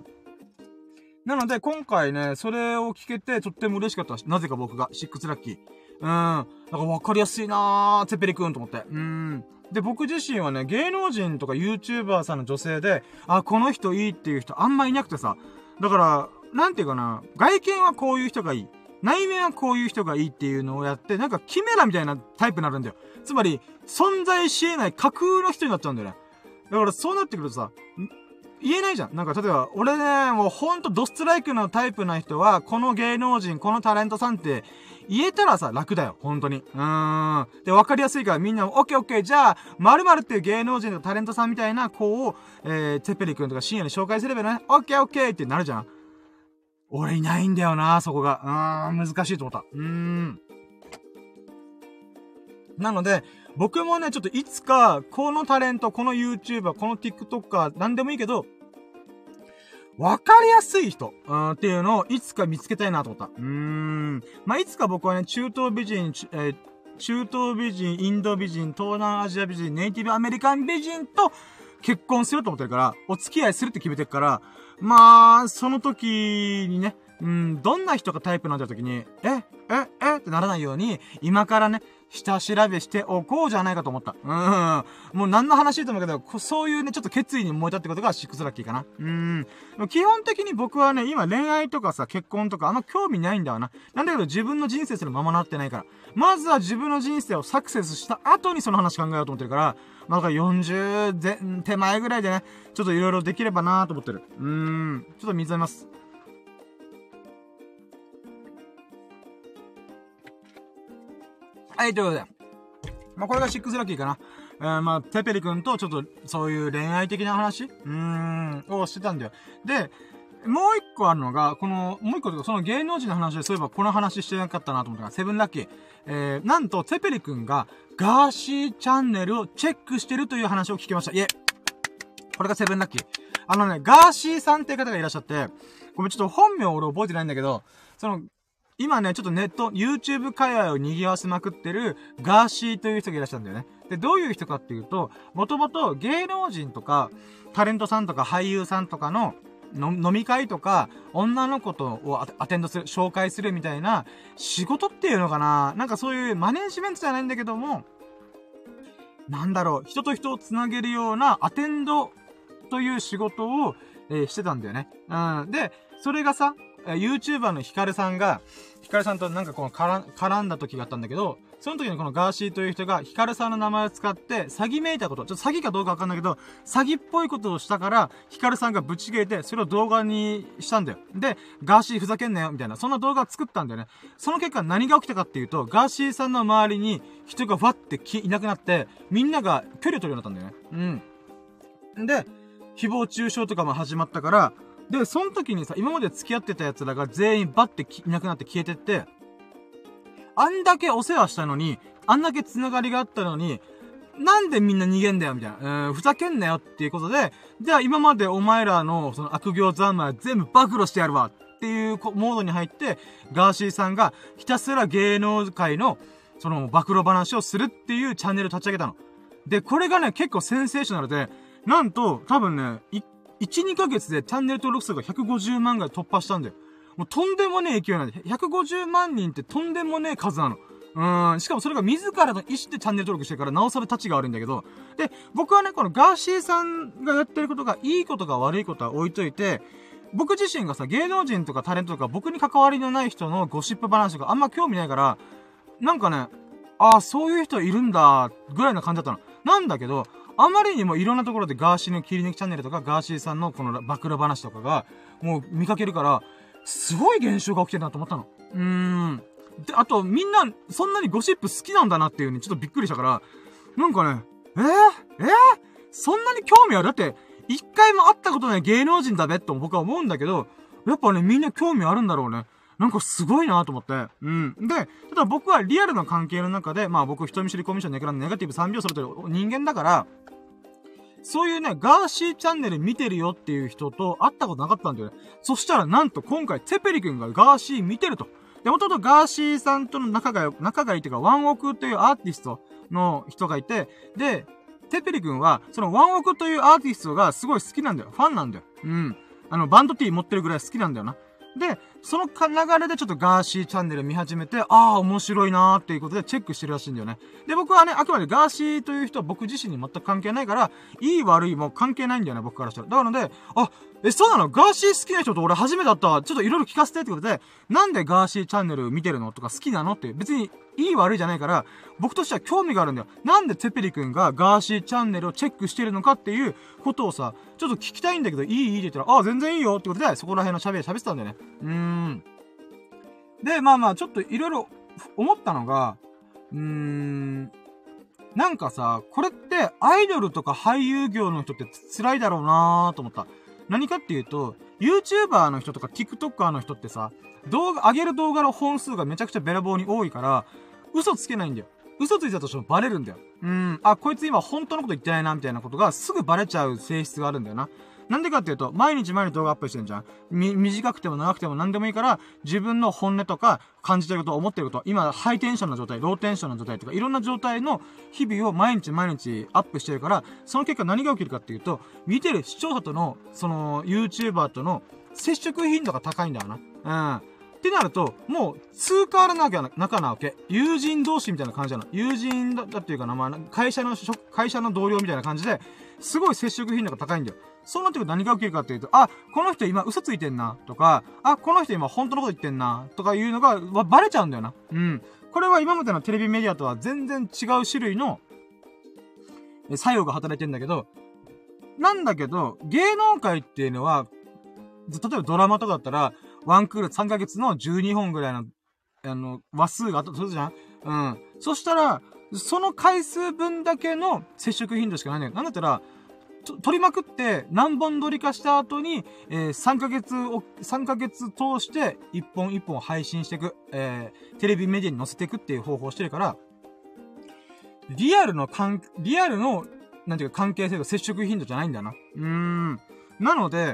なので、今回ね、それを聞けてとっても嬉しかったし、なぜか僕が、シックスラッキー。うん。なんかわかりやすいなー、セペリ君と思って。うん。で、僕自身はね、芸能人とか YouTuber さんの女性で、あ、この人いいっていう人あんまいなくてさ。だから、なんていうかな、外見はこういう人がいい。内面はこういう人がいいっていうのをやって、なんかキメラみたいなタイプになるんだよ。つまり、存在し得ない架空の人になっちゃうんだよね。だからそうなってくるとさ、 言えないじゃん。なんか、例えば、俺ね、もうほんとドストライクのタイプな人は、この芸能人、このタレントさんって、言えたらさ、楽だよ。本当に。うーん。で、わかりやすいからみんなも、オッケーオッケー、じゃあ、〇〇っていう芸能人とかタレントさんみたいな子を、えー、テペリ君とか深夜に紹介すればね、オッケーオッケーってなるじゃん。俺いないんだよな、そこが。うーん、難しいと思った。うーん。なので、僕もね、ちょっといつか、このタレント、この YouTuber、この TikToker、なんでもいいけど、わかりやすい人、うん、っていうのをいつか見つけたいなと思った。うーん。まあ、いつか僕はね、中東美人、えー、中東美人、インド美人、東南アジア美人、ネイティブアメリカン美人と結婚すると思ってるから、お付き合いするって決めてるから、まあ、その時にね、うん、どんな人がタイプなんだ時に、え、え、えってならないように、今からね、下調べしておこうじゃないかと思った。うん。もう何の話と思うけど、そういうね、ちょっと決意に燃えたってことがシックスラッキーかな。うん。基本的に僕はね、今恋愛とかさ、結婚とかあんま興味ないんだわな。なんだけど自分の人生するままなってないから。まずは自分の人生をサクセスした後にその話考えようと思ってるから、まあ、だからよんじゅうぜ手前ぐらいでね、ちょっといろいろできればなーと思ってる。うーん。ちょっと水飲みます。はい、ということで。まあ、これがシックスラッキーかな。えー、まあ、テペリ君とちょっと、そういう恋愛的な話うーん、をしてたんだよ。で、もう一個あるのが、この、もう一個というか、その芸能人の話で、そういえばこの話してなかったなと思ったから、セブンラッキー。えー、なんと、テペリ君が、ガーシーチャンネルをチェックしてるという話を聞きました。いえ。これがセブンラッキー。あのね、ガーシーさんっていう方がいらっしゃって、ごめん、ちょっと本名俺覚えてないんだけど、その、今ね、ちょっとネット、YouTube 界隈を賑わせまくってるガーシーという人がいらっしゃるんだよね。で、どういう人かっていうと、もともと芸能人とか、タレントさんとか俳優さんとかの、の飲み会とか、女の子とをアテンドする、紹介するみたいな、仕事っていうのかな、なんかそういうマネージメントじゃないんだけども、なんだろう、人と人をつなげるようなアテンドという仕事を、えー、してたんだよね。うん。で、それがさ、YouTuber のヒカルさんが、ヒカルさんとなんかこの絡、絡んだ時があったんだけど、その時にこのガーシーという人がヒカルさんの名前を使って詐欺めいたこと、ちょっと詐欺かどうかわかんないけど、詐欺っぽいことをしたから、ヒカルさんがぶち切れて、それを動画にしたんだよ。で、ガーシーふざけんなよ、みたいな、そんな動画を作ったんだよね。その結果何が起きたかっていうと、ガーシーさんの周りに人がわってき、いなくなって、みんなが距離を取るようになったんだよね。うん。で、誹謗中傷とかも始まったから、で、その時にさ、今まで付き合ってた奴らが全員バッていなくなって消えてって、あんだけお世話したのに、あんだけ繋がりがあったのに、なんでみんな逃げんだよみたいな。うーん、ふざけんなよっていうことで、じゃあ今までお前らのその悪行三昧全部暴露してやるわっていうモードに入って、ガーシーさんがひたすら芸能界のその暴露話をするっていうチャンネルを立ち上げたの。で、これがね、結構センセーショナルで、なんと、多分ね、いち、にかげつでチャンネル登録数がひゃくごじゅうまんぐらい突破したんだよ。もうとんでもねえ勢いなんで、ひゃくごじゅうまんにんってとんでもねえ数なの。うーん。しかもそれが自らの意思でチャンネル登録してるから、なおさら立ちが悪いんだけど。で、僕はね、このガーシーさんがやってることが、いいことか悪いことは置いといて、僕自身がさ、芸能人とかタレントとか、僕に関わりのない人のゴシップ話とかあんま興味ないから、なんかね、ああ、そういう人いるんだ、ぐらいな感じだったの。なんだけど、あまりにもいろんなところでガーシーの切り抜きチャンネルとか、ガーシーさんのこの暴露話とかが、もう見かけるから、すごい現象が起きてるなと思ったの。うーん。で、あと、みんな、そんなにゴシップ好きなんだなっていう風にちょっとびっくりしたから、なんかね、えー、えー、そんなに興味ある？だって、一回も会ったことない芸能人だべと僕は思うんだけど、やっぱね、みんな興味あるんだろうね。なんかすごいなと思って。うん。で、ただ僕はリアルな関係の中で、まあ僕人見知りコミュ障ネクラのネガティブさんびょうするという人間だから、そういうね、ガーシーチャンネル見てるよっていう人と会ったことなかったんだよね。そしたらなんと今回、テペリ君がガーシー見てると。で、もともとガーシーさんとの仲が、仲がいいっていうか、ワンオクというアーティストの人がいて、で、テペリ君は、そのワンオクというアーティストがすごい好きなんだよ。ファンなんだよ。うん。あの、バンド T 持ってるぐらい好きなんだよな。で、 そのか流れでちょっとガーシーチャンネル見始めて、ああ、面白いなーっていうことでチェックしてるらしいんだよね。で、僕はね、あくまでガーシーという人は僕自身に全く関係ないから、いい悪いも関係ないんだよね、僕からしたら。だからので、あ、え、そうなのガーシー好きな人と俺初めて会ったわ。ちょっといろいろ聞かせてってことで、なんでガーシーチャンネル見てるのとか好きなのって、別にいい悪いじゃないから、僕としては興味があるんだよ。なんでツェペリ君がガーシーチャンネルをチェックしてるのかっていうことをさ、ちょっと聞きたいんだけど、いいいいって言ったら、あ、全然いいよってことで、そこら辺の喋り喋ってたんだよね。うーん。で、まあまあ、ちょっといろいろ思ったのが、うーん、なんかさ、これってアイドルとか俳優業の人って辛いだろうなーと思った。何かっていうと、YouTuber の人とか TikToker の人ってさ、動画、上げる動画の本数がめちゃくちゃべらぼうに多いから、嘘つけないんだよ。嘘ついたとしてもバレるんだよ。うん。あ、こいつ今本当のこと言ってないな、みたいなことがすぐバレちゃう性質があるんだよな。なんでかっていうと、毎日毎日動画アップしてるじゃん。み、短くても長くても何でもいいから、自分の本音とか、感じてること、思ってること、今、ハイテンションな状態、ローテンションな状態とか、いろんな状態の日々を毎日毎日アップしてるから、その結果何が起きるかっていうと、見てる視聴者との、その、YouTuber との接触頻度が高いんだよな。うん。ってなると、もう、通過あるなきゃ、仲なわけ。友人同士みたいな感じなの。友人だ、だっていうかな、まあ、会社の、会社の同僚みたいな感じで、すごい接触頻度が高いんだよ。そうなってくると何が起きるかっていうと、あ、この人今嘘ついてんな、とか、あ、この人今本当のこと言ってんな、とかいうのが、バレちゃうんだよな。うん。これは今までのテレビメディアとは全然違う種類の、作用が働いてんだけど、なんだけど、芸能界っていうのは、例えばドラマとかだったら、ワンクールさんかげつのじゅうにほんぐらいの、あの、話数があったとするじゃん。うん。そしたら、その回数分だけの接触頻度しかないんだよ。なんだったら、撮りまくって、何本撮りかした後に、えー、さんかげつを、さんかげつ通して、一本一本配信していく、えー、テレビメディアに載せていくっていう方法をしてるから、リアルの関、リアルの、なんていうか関係性と接触頻度じゃないんだよな。うーん。なので、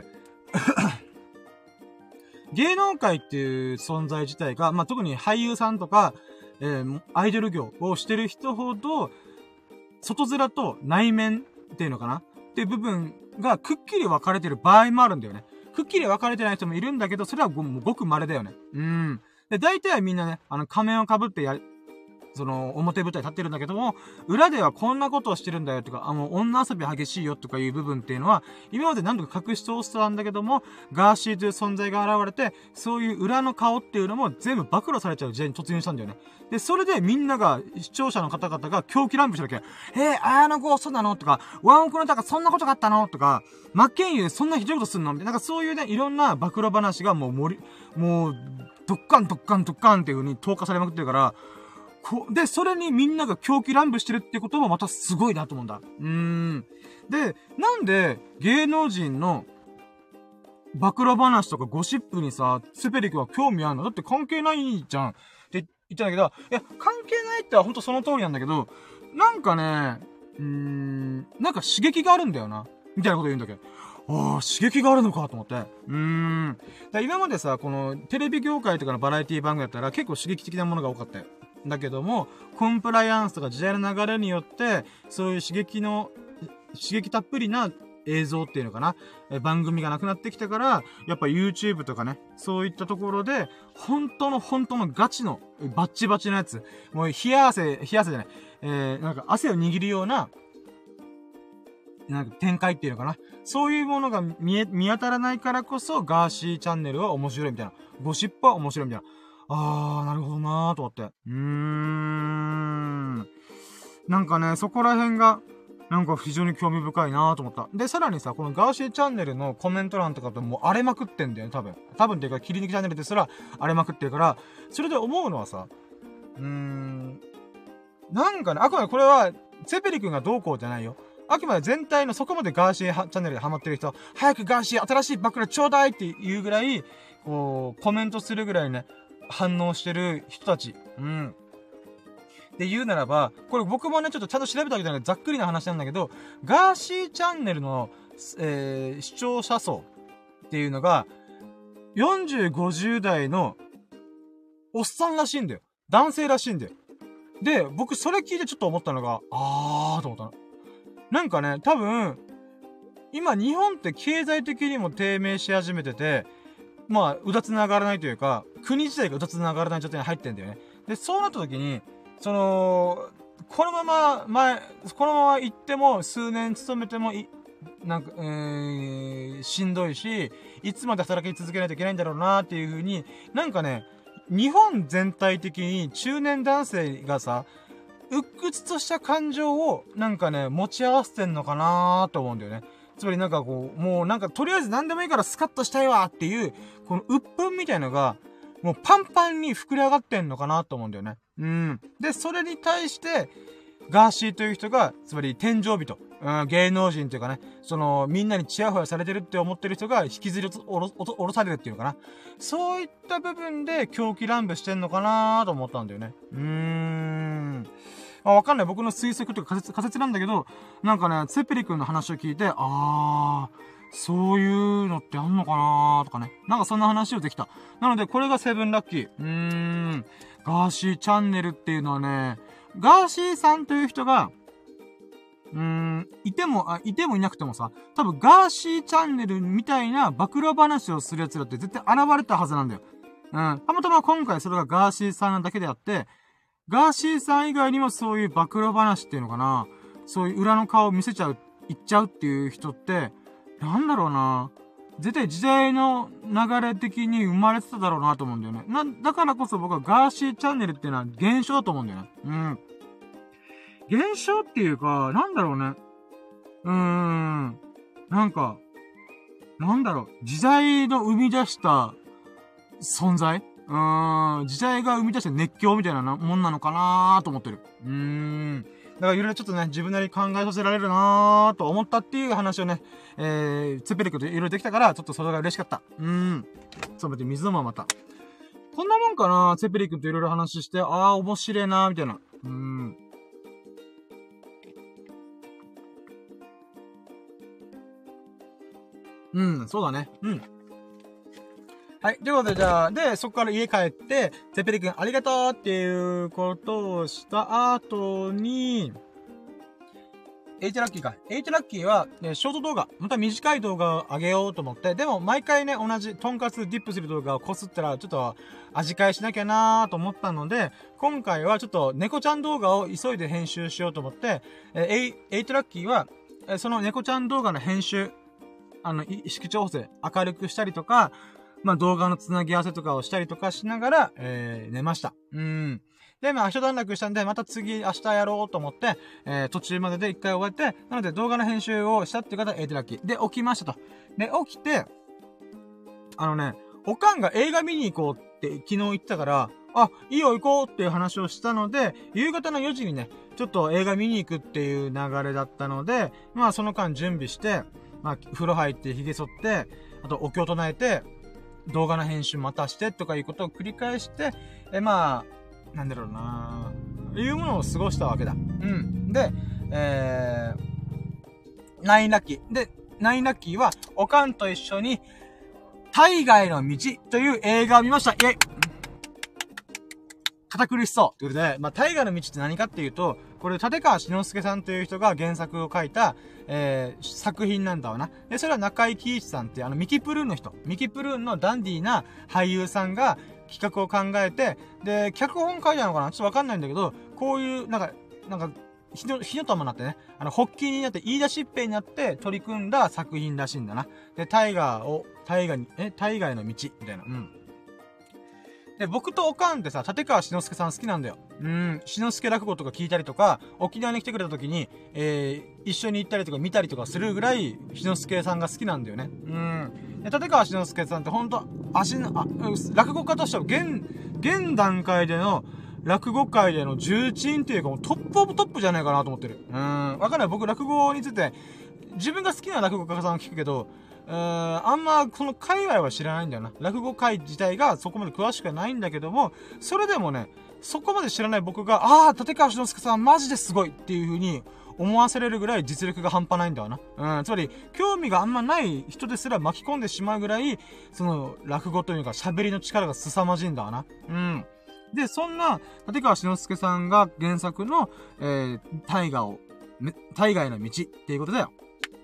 芸能界っていう存在自体が、まあ、特に俳優さんとか、えー、アイドル業をしてる人ほど、外面と内面っていうのかなっていう部分がくっきり分かれてる場合もあるんだよね。くっきり分かれてない人もいるんだけど、それはご、ごく稀だよね。うん。で、大体はみんなね、あの仮面を被ってや、その、表舞台立ってるんだけども、裏ではこんなことをしてるんだよとか、あの、女遊び激しいよとかいう部分っていうのは、今まで何度か隠し通してたんだけども、ガーシーという存在が現れて、そういう裏の顔っていうのも全部暴露されちゃう時代に突入したんだよね。で、それでみんなが、視聴者の方々が狂気乱舞してるわけ。えー、綾野剛そうなのとか、ワンオクの高そんなことがあったのとか、マッケンユーそんなひどいことすんのみたいな、なんかそういうね、いろんな暴露話がもう盛り、もう、ドッカンドッカンドッカンっていう風に投下されまくってるから、こで、それにみんなが狂気乱舞してるってこともまたすごいなと思うんだ。うーん。で、なんで芸能人の暴露話とかゴシップにさ、セペリクは興味あるの？だって関係ないじゃん。って言ったんだけど、いや、関係ないってはほんとその通りなんだけど、なんかね、うーん、なんか刺激があるんだよな。みたいなこと言うんだけど。ああ、刺激があるのかと思って。うーん。だ今までさ、このテレビ業界とかのバラエティ番組だったら結構刺激的なものが多かったよ。だけども、コンプライアンスとか時代の流れによって、そういう刺激の、刺激たっぷりな映像っていうのかな、え番組がなくなってきたから、やっぱ YouTube とかね、そういったところで、本当の本当のガチの、バッチバチのやつ、もう冷や汗、冷や汗じゃない、えー、なんか汗を握るような、なんか展開っていうのかな。そういうものが見え、見当たらないからこそ、ガーシーチャンネルは面白いみたいな。ゴシップは面白いみたいな。あー、なるほどなーと思って。うーん。なんかね、そこら辺が、なんか非常に興味深いなーと思った。で、さらにさ、このガーシーチャンネルのコメント欄とかともう荒れまくってんだよね、多分。多分っていうか、切り抜きチャンネルですら荒れまくってるから、それで思うのはさ、うーん、なんかね、あくまでこれは、セペリ君がどうこうじゃないよ。あくまで全体のそこまでガーシーチャンネルでハマってる人、早くガーシー新しい暴露ちょうだいっていうぐらい、こう、コメントするぐらいね、反応してる人たち。うん。で言うならば、これ僕もね、ちょっとちゃんと調べたわけじゃないざっくりな話なんだけど、ガーシーチャンネルの、えー、視聴者層っていうのが、よんじゅう、ごじゅう代のおっさんらしいんだよ。男性らしいんだよ。で、僕それ聞いてちょっと思ったのが、あーと思ったの。なんかね、多分、今日本って経済的にも低迷し始めてて、 まあ、うだつながらないというか、国自体がうだつながらない状態に入ってんだよね。で、そうなった時に、その、このまま、前、このまま行っても、数年勤めてもい、なんか、えー、しんどいし、いつまで働き続けないといけないんだろうなっていう風に、なんかね、日本全体的に中年男性がさ、鬱屈とした感情を、なんかね、持ち合わせてんのかなと思うんだよね。つまりなんかこう、もうなんかとりあえず何でもいいからスカッとしたいわっていう、この鬱憤みたいのが、もうパンパンに膨れ上がってんのかなと思うんだよね。うん。で、それに対して、ガーシーという人が、つまり天井人、うん、芸能人というかね、その、みんなにチヤホヤされてるって思ってる人が引きずりおろ、おろされるっていうのかな。そういった部分で狂気乱舞してんのかなと思ったんだよね。うーん。まあ、わかんない。僕の推測とか仮説、仮説なんだけど、なんかね、ツェペリ君の話を聞いて、あー、そういうのってあんのかなーとかね。なんかそんな話をできた。なので、これがセブンラッキー。うーん。ガーシーチャンネルっていうのはね、ガーシーさんという人が、うーん、いても、あ、いてもいなくてもさ、多分ガーシーチャンネルみたいな暴露話をする奴らって絶対現れたはずなんだよ。うん。たまたま今回それがガーシーさんなだけであって、ガーシーさん以外にもそういう暴露話っていうのかな、そういう裏の顔を見せちゃう、言っちゃうっていう人って、なんだろうな、絶対時代の流れ的に生まれてただろうなと思うんだよね。な、だからこそ僕はガーシーチャンネルっていうのは現象だと思うんだよね。うん。現象っていうか、なんだろうね。うーん。なんか、なんだろう。時代の生み出した存在うーん。時代が生み出した熱狂みたいなもんなのかなーと思ってる。うーん。だからいろいろちょっとね、自分なりに考えさせられるなーと思ったっていう話をね、えー、ツェペリクといろいろできたから、ちょっとそれが嬉しかった。うーん。ちょっと待って、水飲むわ、また。こんなもんかな、ツェペリクといろいろ話して、あー、面白いなーみたいな。うーん。うん、そうだね。うん。はい。ということで、じゃあ、で、そこから家帰って、ゼペリ君ありがとうっていうことをした後に、エイトラッキーか。エイトラッキーは、ね、ショート動画、また短い動画を上げようと思って、でも毎回ね、同じ、トンカツディップする動画をこすったら、ちょっと味変えしなきゃなーと思ったので、今回はちょっと猫ちゃん動画を急いで編集しようと思って、えエイトラッキーは、その猫ちゃん動画の編集、あの、意識調整、明るくしたりとか、まあ、動画のつなぎ合わせとかをしたりとかしながら、えー、寝ました。うん。で、まあ、一段落したんで、また次、明日やろうと思って、えー、途中までで一回終わって、なので動画の編集をしたっていう方はエイトラッキー。で、起きましたと。で、起きて、あのね、おかんが映画見に行こうって昨日言ってたから、あ、いいよ行こうっていう話をしたので、夕方のよじにね、ちょっと映画見に行くっていう流れだったので、まあその間準備して、まあ風呂入って髭剃って、あとお経唱えて、動画の編集またしてとかいうことを繰り返して、え、まあ、なんだろうないうものを過ごしたわけだ。うん。で、えー、ナインラッキー。で、ナインラッキーは、おかんと一緒に、大河の道という映画を見ました。イェイ堅苦しそう。ということで、まあ、大河の道って何かっていうと、これ、立川志の輔さんという人が原作を書いた、えー、作品なんだわな。で、それは中井貴一さんって、あの、ミキプルーンの人。ミキプルーンのダンディーな俳優さんが企画を考えて、で、脚本書いたのかなちょっとわかんないんだけど、こういう、なんか、なんか、ひの、ひのともなってね、あの、発起になって、言い出しっぺになって取り組んだ作品らしいんだな。で、大河を、大河に、え、大河への道、みたいな。うん。で、僕とおかんってさ、立川志の輔さん好きなんだよ。うん、志の輔落語とか聞いたりとか、沖縄に来てくれた時に、えー、一緒に行ったりとか見たりとかするぐらい、志の輔さんが好きなんだよね。うん。で、立川志の輔さんってほんと、足の、あ、落語家としては、現、現段階での、落語界での重鎮っていうかもうトップオブトップじゃないかなと思ってる。うん。わかんない。僕落語について、自分が好きな落語家さんを聞くけど、うーん、あんま、この界隈は知らないんだよな。落語界自体がそこまで詳しくはないんだけども、それでもね、そこまで知らない僕が、ああ、立川志の輔さんマジですごいっていう風に思わせれるぐらい実力が半端ないんだわな。うん、つまり、興味があんまない人ですら巻き込んでしまうぐらい、その、落語というか喋りの力が凄まじいんだわな。うん。で、そんな、立川志の輔さんが原作の、えー、大河を、大河への道っていうことだよ。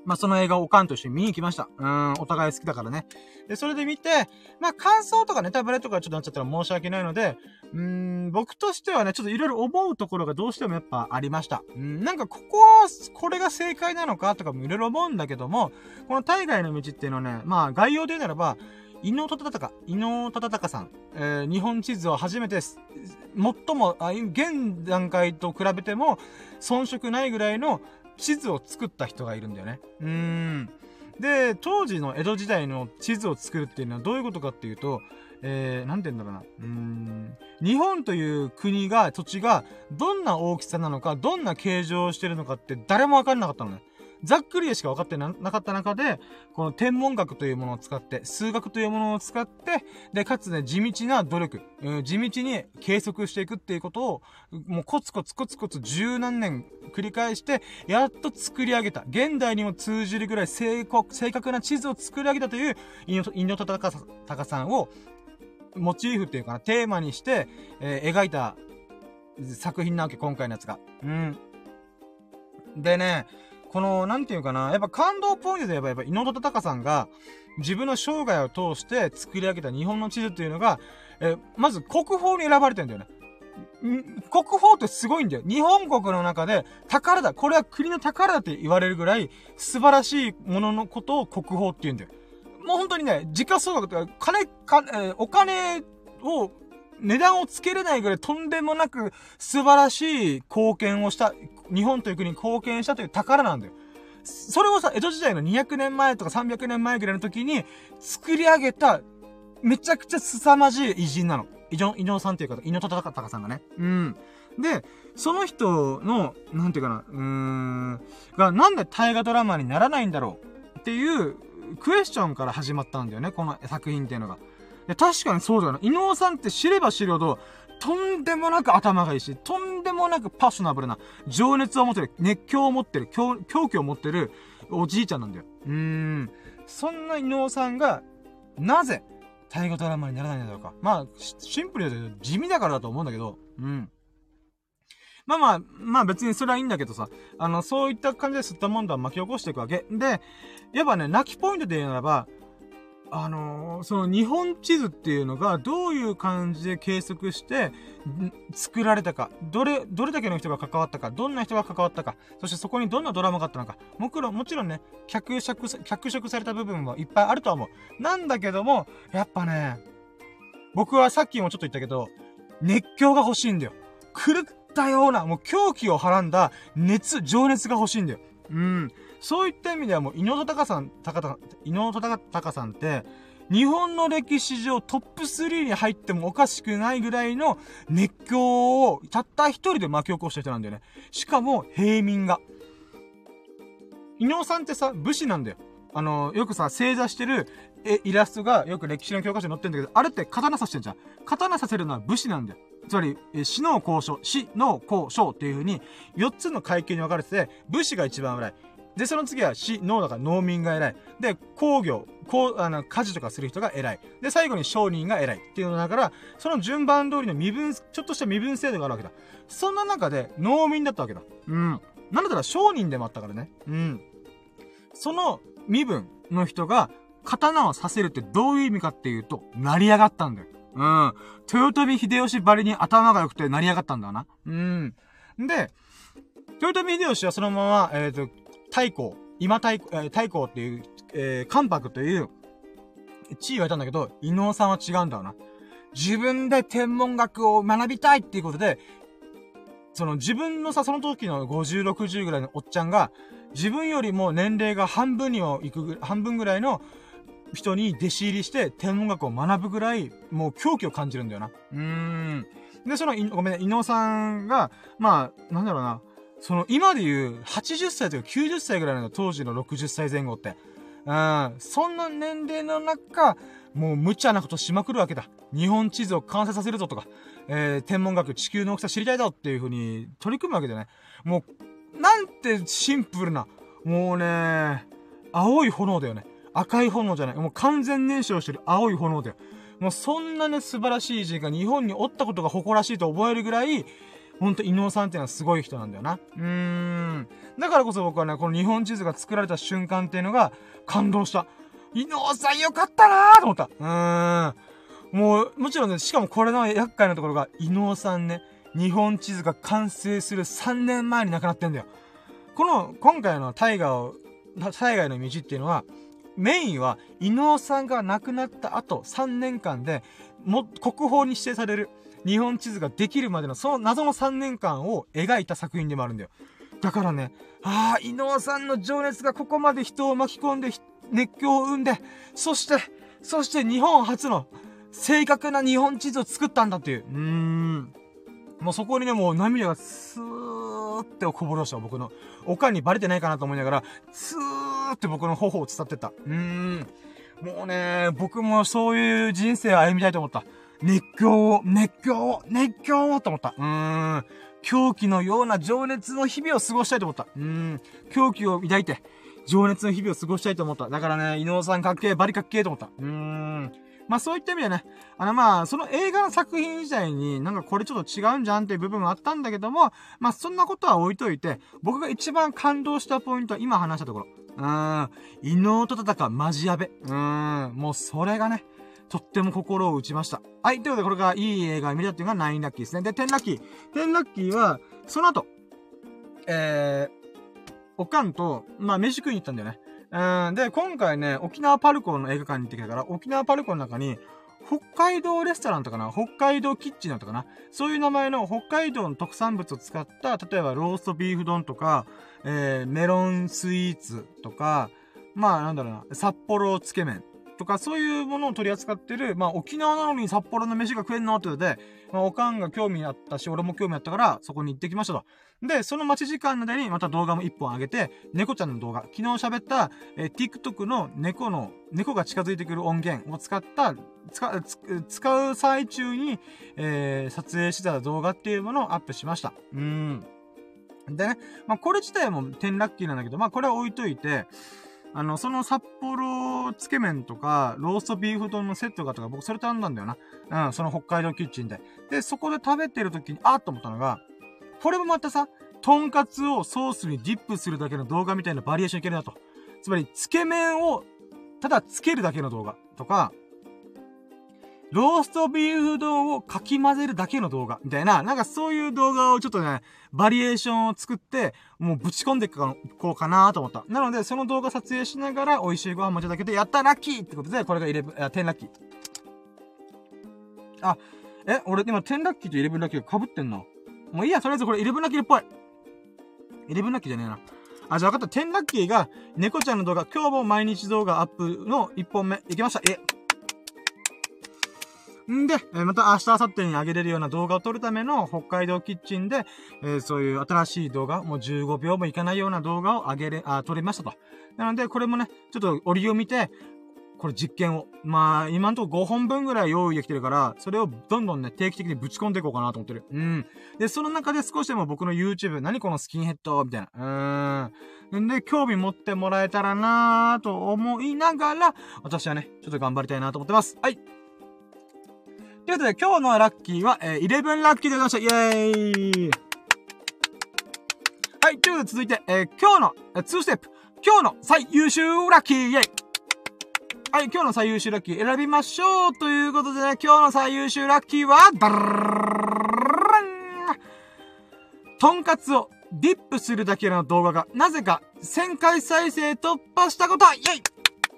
まあ、その映画をおかんと一緒に見に行きました。うーん、お互い好きだからね。で、それで見て、まあ、感想とかネタバレとかちょっとなっちゃったら申し訳ないので、うーん、僕としてはね、ちょっといろいろ思うところがどうしてもやっぱありました。うん、なんかここは、これが正解なのかとかもいろいろ思うんだけども、この大概の道っていうのはね、まあ、概要で言うならば、伊能忠敬、伊能忠敬さん、えー、日本地図を初めて、最も、あ、現段階と比べても、遜色ないぐらいの、地図を作った人がいるんだよね。うーん。で、当時の江戸時代の地図を作るっていうのはどういうことかっていうと、えー、なんて言うんだろうな。うーん。日本という国が、土地が、どんな大きさなのか、どんな形状をしてるのかって誰もわかんなかったのね。ざっくりでしか分かって な, なかった中で、この天文学というものを使って、数学というものを使って、で、かつね、地道な努力、うん、地道に計測していくっていうことを、もうコツコツコツコツ十何年繰り返して、やっと作り上げた。現代にも通じるぐらい正確、正確な地図を作り上げたという、伊能忠敬さんを、モチーフっていうかな、テーマにして、えー、描いた作品なわけ、今回のやつが。うん。でね、この、なんていうかな、やっぱ感動ポイントで言えば、やっぱ、伊能忠敬さんが、自分の生涯を通して作り上げた日本の地図っていうのが、えー、まず国宝に選ばれてんだよね。国宝ってすごいんだよ。日本国の中で、宝だ。これは国の宝だって言われるぐらい、素晴らしいもののことを国宝って言うんだよ。もう本当にね、時価総額とか、金、か、えー、お金を、値段をつけれないぐらいとんでもなく素晴らしい貢献をした、日本という国に貢献したという宝なんだよ。それをさ、江戸時代のにひゃくねんまえとかさんびゃくねんまえぐらいの時に作り上げた、めちゃくちゃ凄まじい偉人なの。伊能、伊能さんっていう方、伊能忠敬さんがね。うん。で、その人の、なんていうかな、うーん、がなんで大河ドラマにならないんだろうっていうクエスチョンから始まったんだよね、この作品っていうのが。で、確かにそうだよな。伊能さんって知れば知るほど、とんでもなく頭がいいし、とんでもなくパッショナブルな、情熱を持ってる、熱狂を持ってる、狂、狂気を持ってるおじいちゃんなんだよ。うーん。そんな伊能さんが、なぜ、大河ドラマにならないんだろうか。まあ、シンプルに言うと地味だからだと思うんだけど、うん。まあまあ、まあ別にそれはいいんだけどさ、あの、そういった感じで吸ったもんだを巻き起こしていくわけ。で、やっぱね、泣きポイントで言うならば、あのー、その日本地図っていうのがどういう感じで計測して作られたか、どれ、どれだけの人が関わったか、どんな人が関わったか、そしてそこにどんなドラマがあったのか、もちろん、もちろんね、脚色、脚色された部分はいっぱいあるとは思う。なんだけども、やっぱね、僕はさっきもちょっと言ったけど、熱狂が欲しいんだよ。狂ったような、もう狂気をはらんだ熱、情熱が欲しいんだよ。うん。そういった意味ではもう、伊能忠敬さん、高田、伊能忠敬さんって、日本の歴史上トップスリーに入ってもおかしくないぐらいの熱狂をたった一人で巻き起こした人なんだよね。しかも平民が。伊能さんってさ、武士なんだよ。あの、よくさ、正座してるえイラストがよく歴史の教科書に載ってんだけど、あれって刀刺してんじゃん。刀刺せるのは武士なんだよ。つまり、え死の交渉、死の交渉っていう風に、よっつの階級に分かれてて、武士が一番偉い。で、その次は死、農だから農民が偉い。で、工業、こう、あの、家事とかする人が偉い。で、最後に商人が偉い。っていうのだから、その順番通りの身分、ちょっとした身分制度があるわけだ。そんな中で、農民だったわけだ。うん。なんだったら商人でもあったからね。うん。その身分の人が、刀を刺せるってどういう意味かっていうと、成り上がったんだよ。うん。豊臣秀吉ばりに頭が良くて成り上がったんだな。うん。で、豊臣秀吉はそのまま、えっと、太閤、今太閤、えー、太閤っていう、えー、関白という地位を得たんだけど、伊能さんは違うんだよな。自分で天文学を学びたいっていうことで、その自分のさ、その時のごじゅう、ろくじゅうぐらいのおっちゃんが、自分よりも年齢が半分にも行くぐ、半分ぐらいの人に弟子入りして天文学を学ぶぐらい、もう狂気を感じるんだよな。うーん。で、その、ごめんね、伊能さんが、まあ、なんだろうな。その、今で言う、はちじゅっさいとかきゅうじゅっさいぐらいの当時のろくじゅっさいぜん後って。うん。そんな年齢の中、もう無茶なことしまくるわけだ。日本地図を完成させるぞとか、えー、天文学、地球の大きさ知りたいぞっていう風に取り組むわけだよね。もう、なんてシンプルな、もうね、青い炎だよね。赤い炎じゃない。もう完全燃焼してる青い炎だよ。もうそんなね、素晴らしい偉人が日本におったことが誇らしいと覚えるぐらい、 ほんと、伊能さんっていうのはすごい人なんだよな。うーん。だからこそ僕はね、この日本地図が作られた瞬間っていうのが感動した。伊能さんよかったなーと思った。うーん。もう、もちろんね、しかもこれの厄介なところが、伊能さんね、日本地図が完成するさんねんまえに亡くなってんだよ。この、今回の大河を、大河の道っていうのは、メインは、伊能さんが亡くなった後、さんねんかんで、も、国宝に指定される日本地図ができるまでの、その謎のさんねんかんを描いた作品でもあるんだよ。だからね、ああ、伊能さんの情熱がここまで人を巻き込んで、熱狂を生んで、そして、そして日本初の、正確な日本地図を作ったんだっていう。うーん。もうそこにね、もう涙がスーってこぼれました。僕の。おかんにバレてないかなと思いながら、スーって僕の頬を伝ってった。うーん。もうね、僕もそういう人生を歩みたいと思った。熱狂を、熱狂を、熱狂をと思った。うーん。狂気のような情熱の日々を過ごしたいと思った。うーん。狂気を抱いて、情熱の日々を過ごしたいと思った。だからね、伊能さんかっけー、バリかっけーと思った。うーん。まあそういった意味でね、あのまあ、その映画の作品自体になんかこれちょっと違うんじゃんっていう部分があったんだけども、まあそんなことは置いといて、僕が一番感動したポイントは今話したところ。うーん。伊能と戦うマジやべ。うーん。もうそれがね、とっても心を打ちました。はい。ということでこれがいい映画を見たっていうのがナインラッキーですね。で、テンラッキー。テンラッキーは、その後、えー、おかんと、まあ飯食いに行ったんだよね。うん。で、今回ね、沖縄パルコの映画館に行ってきたから、沖縄パルコの中に、北海道レストランとかな、北海道キッチンだったかな、そういう名前の北海道の特産物を使った、例えばローストビーフ丼とか、えー、メロンスイーツとか、まあなんだろうな、札幌つけ麺とか、そういうものを取り扱ってる、まあ沖縄なのに札幌の飯が食えんのって言うので、まあおかんが興味あったし、俺も興味あったから、そこに行ってきましたと。で、その待ち時間の間にまた動画も一本上げて、猫ちゃんの動画、昨日喋った、えー、TikTok の猫の、猫が近づいてくる音源を使った、使、使う最中に、えー、撮影してた動画っていうものをアップしました。うーん。でね、まあこれ自体も天ラッキーなんだけど、まあこれは置いといて、あの、その札幌つけ麺とか、ローストビーフ丼のセットがとか、僕それ頼んだんだよな。うん、その北海道キッチンで。で、そこで食べてる時に、あーっと思ったのが、これもまたさ、とんかつをソースにディップするだけの動画みたいなバリエーションいけるなと。つまり、つけ麺を、ただつけるだけの動画とか、ローストビーフ丼をかき混ぜるだけの動画みたいな、なんかそういう動画をちょっとね、バリエーションを作って、もうぶち込んでいこうかなと思った。なので、その動画撮影しながら美味しいご飯もいただけて、やったラッキーってことで、これがじゅう、あ、じゅうラッキー。あ、え、俺今じゅうラッキーとじゅういちラッキーが被ってんの？もういいや、とりあえずこれじゅういちラッキーっぽい。じゅういちラッキーじゃねえな。あ、じゃあ分かった。じゅうラッキーが、猫ちゃんの動画、今日も毎日動画アップのいっぽんめ、いきました。え。んで、えー、また明日、明後日に上げれるような動画を撮るための北海道キッチンで、えー、そういう新しい動画、もうじゅうごびょうもいかないような動画を上げれ、あ、撮れましたと。なので、これもね、ちょっと折を見て、これ実験を。まあ、今んとこごほんぶんぐらい用意できてるから、それをどんどんね、定期的にぶち込んでいこうかなと思ってる。うん。で、その中で少しでも僕の YouTube、何このスキンヘッドみたいな。うーん。で、興味持ってもらえたらなーと思いながら、私はね、ちょっと頑張りたいなと思ってます。はい。ということで、今日のラッキーは、えー、じゅういちラッキーでございました。イェーイ。はい。ということで、続いて、えー、今日の、えー、にステップ。今日の最優秀ラッキーイェイ。はい。今日の最優秀ラッキー選びましょう。ということでね、今日の最優秀ラッキーは、ダルルルルルン。とんかつをディップするだけの動画が、なぜかせんかい再生突破したこと。イェイ。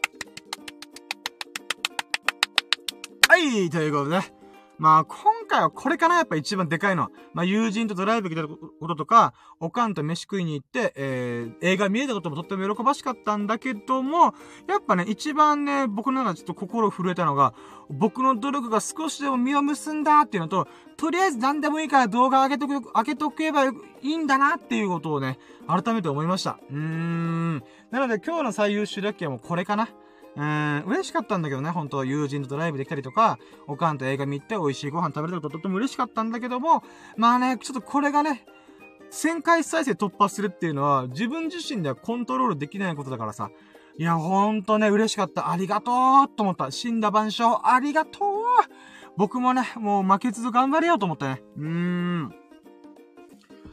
はい。ということでね。まあ、今回はこれかなやっぱ一番でかいのは。まあ、友人とドライブ来たこととか、おかんと飯食いに行って、えー、映画見えたこともとっても喜ばしかったんだけども、やっぱね、一番ね、僕の中でちょっと心震えたのが、僕の努力が少しでも実を結んだっていうのと、とりあえず何でもいいから動画上げとく、上げとけばいいんだなっていうことをね、改めて思いました。うーん。なので今日の最優秀ラッキーはもうこれかな。うーん、嬉しかったんだけどね、本当友人とドライブできたりとか、おかんと映画見て美味しいご飯食べれたこととっても嬉しかったんだけども、まあね、ちょっとこれがね、せんかい再生突破するっていうのは、自分自身ではコントロールできないことだからさ、いや、ほんとね、嬉しかった。ありがとうと思った。死んだ万象、ありがとう僕もね、もう負けずと頑張れようと思ったね。うーん。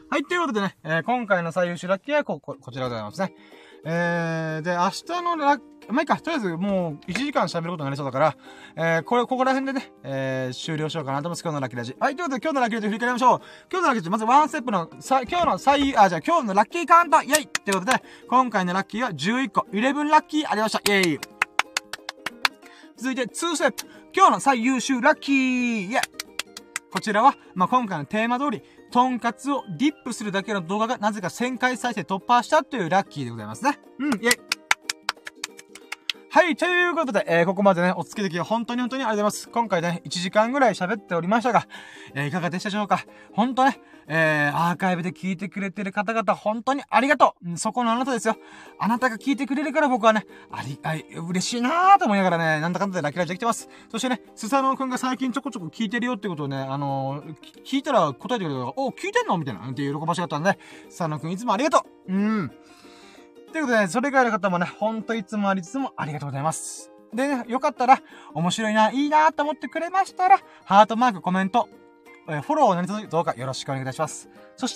はい、ということでね、えー、今回の最優秀ラッキーはこ、こ、こちらでございますね。えー、で、明日のラッキー、まあ、いいか、とりあえずもういちじかん喋ることになりそうだから、えー、これ、ここら辺でね、えー、終了しようかなと思います。今日のラッキーラジ。はい、ということで今日のラッキーラジ振り返りましょう。今日のラッキーラジ、まずワンステップの、さ、今日の最、あ、じゃあ今日のラッキーカウント、イェイということで、今回のラッキーはじゅういっこ、じゅういちラッキーありました。イェイ。続いてにステップ、今日の最優秀ラッキー、イェイ。こちらは、まあ、今回のテーマ通り、とんかつをディップするだけの動画がなぜかせんかい再生突破したというラッキーでございますね。うん、イェイ。はい、ということで、えー、ここまでね、お付き合いでき本当に本当にありがとうございます。今回ね、いちじかんぐらい喋っておりましたが、えー、いかがでしたでしょうか。本当ね、えー、アーカイブで聞いてくれてる方々、本当にありがとう。うん、そこのあなたですよ。あなたが聞いてくれるから僕はね、あり、あい、嬉しいなーと思いながらね、なんだかんだでラッキーラジできてます。そしてね、スサノオくんが最近ちょこちょこ聞いてるよってことをね、あのー、聞いたら答えてくれるから、お、聞いてんのみたいな、っていう喜ばしかったんで、スサノオくんいつもありがとう。うん。ということで、ね、それ以外の方もね、ほんといつもありつつもありがとうございます。で、ね、よかったら、面白いな、いいなと思ってくれましたら、ハートマーク、コメント、えー、フォローを何卒どうかよろしくお願いいたします。そして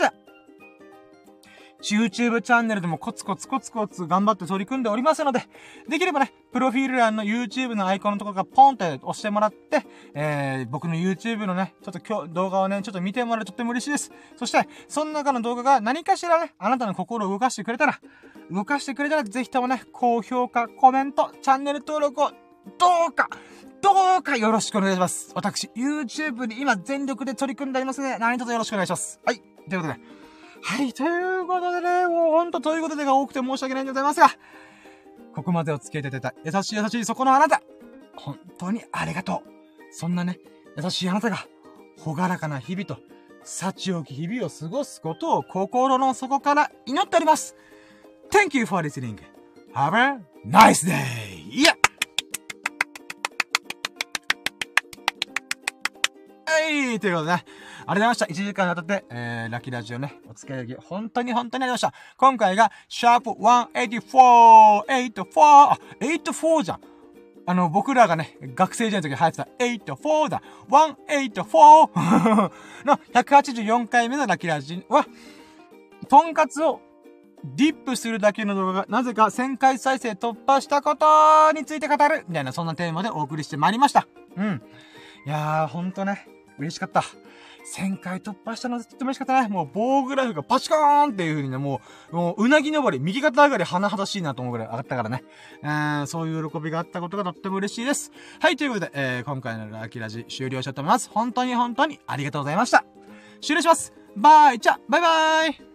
、YouTube チャンネルでもコツコツコツコツ頑張って取り組んでおりますので、できればね、プロフィール欄の YouTube のアイコンのところがポンって押してもらって、えー、僕の YouTube のね、ちょっと今日動画をね、ちょっと見てもらえるととっても嬉しいです。そして、その中の動画が何かしらね、あなたの心を動かしてくれたら、動かしてくれたら、ぜひともね、高評価、コメント、チャンネル登録を、どうか、どうかよろしくお願いします。私、YouTube に今全力で取り組んでありますので、何卒よろしくお願いします。はい。ということで、はい、ということでね、もうほんとということでが多くて申し訳ないんでございますが、ここまでお付き合いいただいた優しい優しいそこのあなた、本当にありがとう。そんなね、優しいあなたが、ほがらかな日々と、幸多き日々を過ごすことを心の底から祈っております。Thank you for listening. Have a nice day! いやはい、ということでね、ありがとうございました。いちじかんにわたって、えー、ラッキーラジオね、お付き合いでき、本当に本当にありがとうございました。今回が、シャープひゃくはちじゅうよん、はちじゅうよん、あ、はちじゅうよんじゃん。あの、僕らがね、学生時代の時に流行ってた、はちじゅうよんだ。ひゃくはちじゅうよんのひゃくはちじゅうよんかいめのラッキーラジオは、とんかつをディップするだけの動画がなぜかせんかい再生突破したことについて語るみたいな、そんなテーマでお送りしてまいりました。うん。いやー、ほんとね、嬉しかった。せんかい突破したのでとっても嬉しかったね。もう棒グラフがパチコーンっていう風にね、もう、もううなぎ登り、右肩上がり甚だしいなと思うぐらい上がったからね。えー、そういう喜びがあったことがとっても嬉しいです。はい、ということで、えー、今回のラッキーラジ終了しようと思います。本当に本当にありがとうございました。終了します。バイ、じゃ、バイバーイ。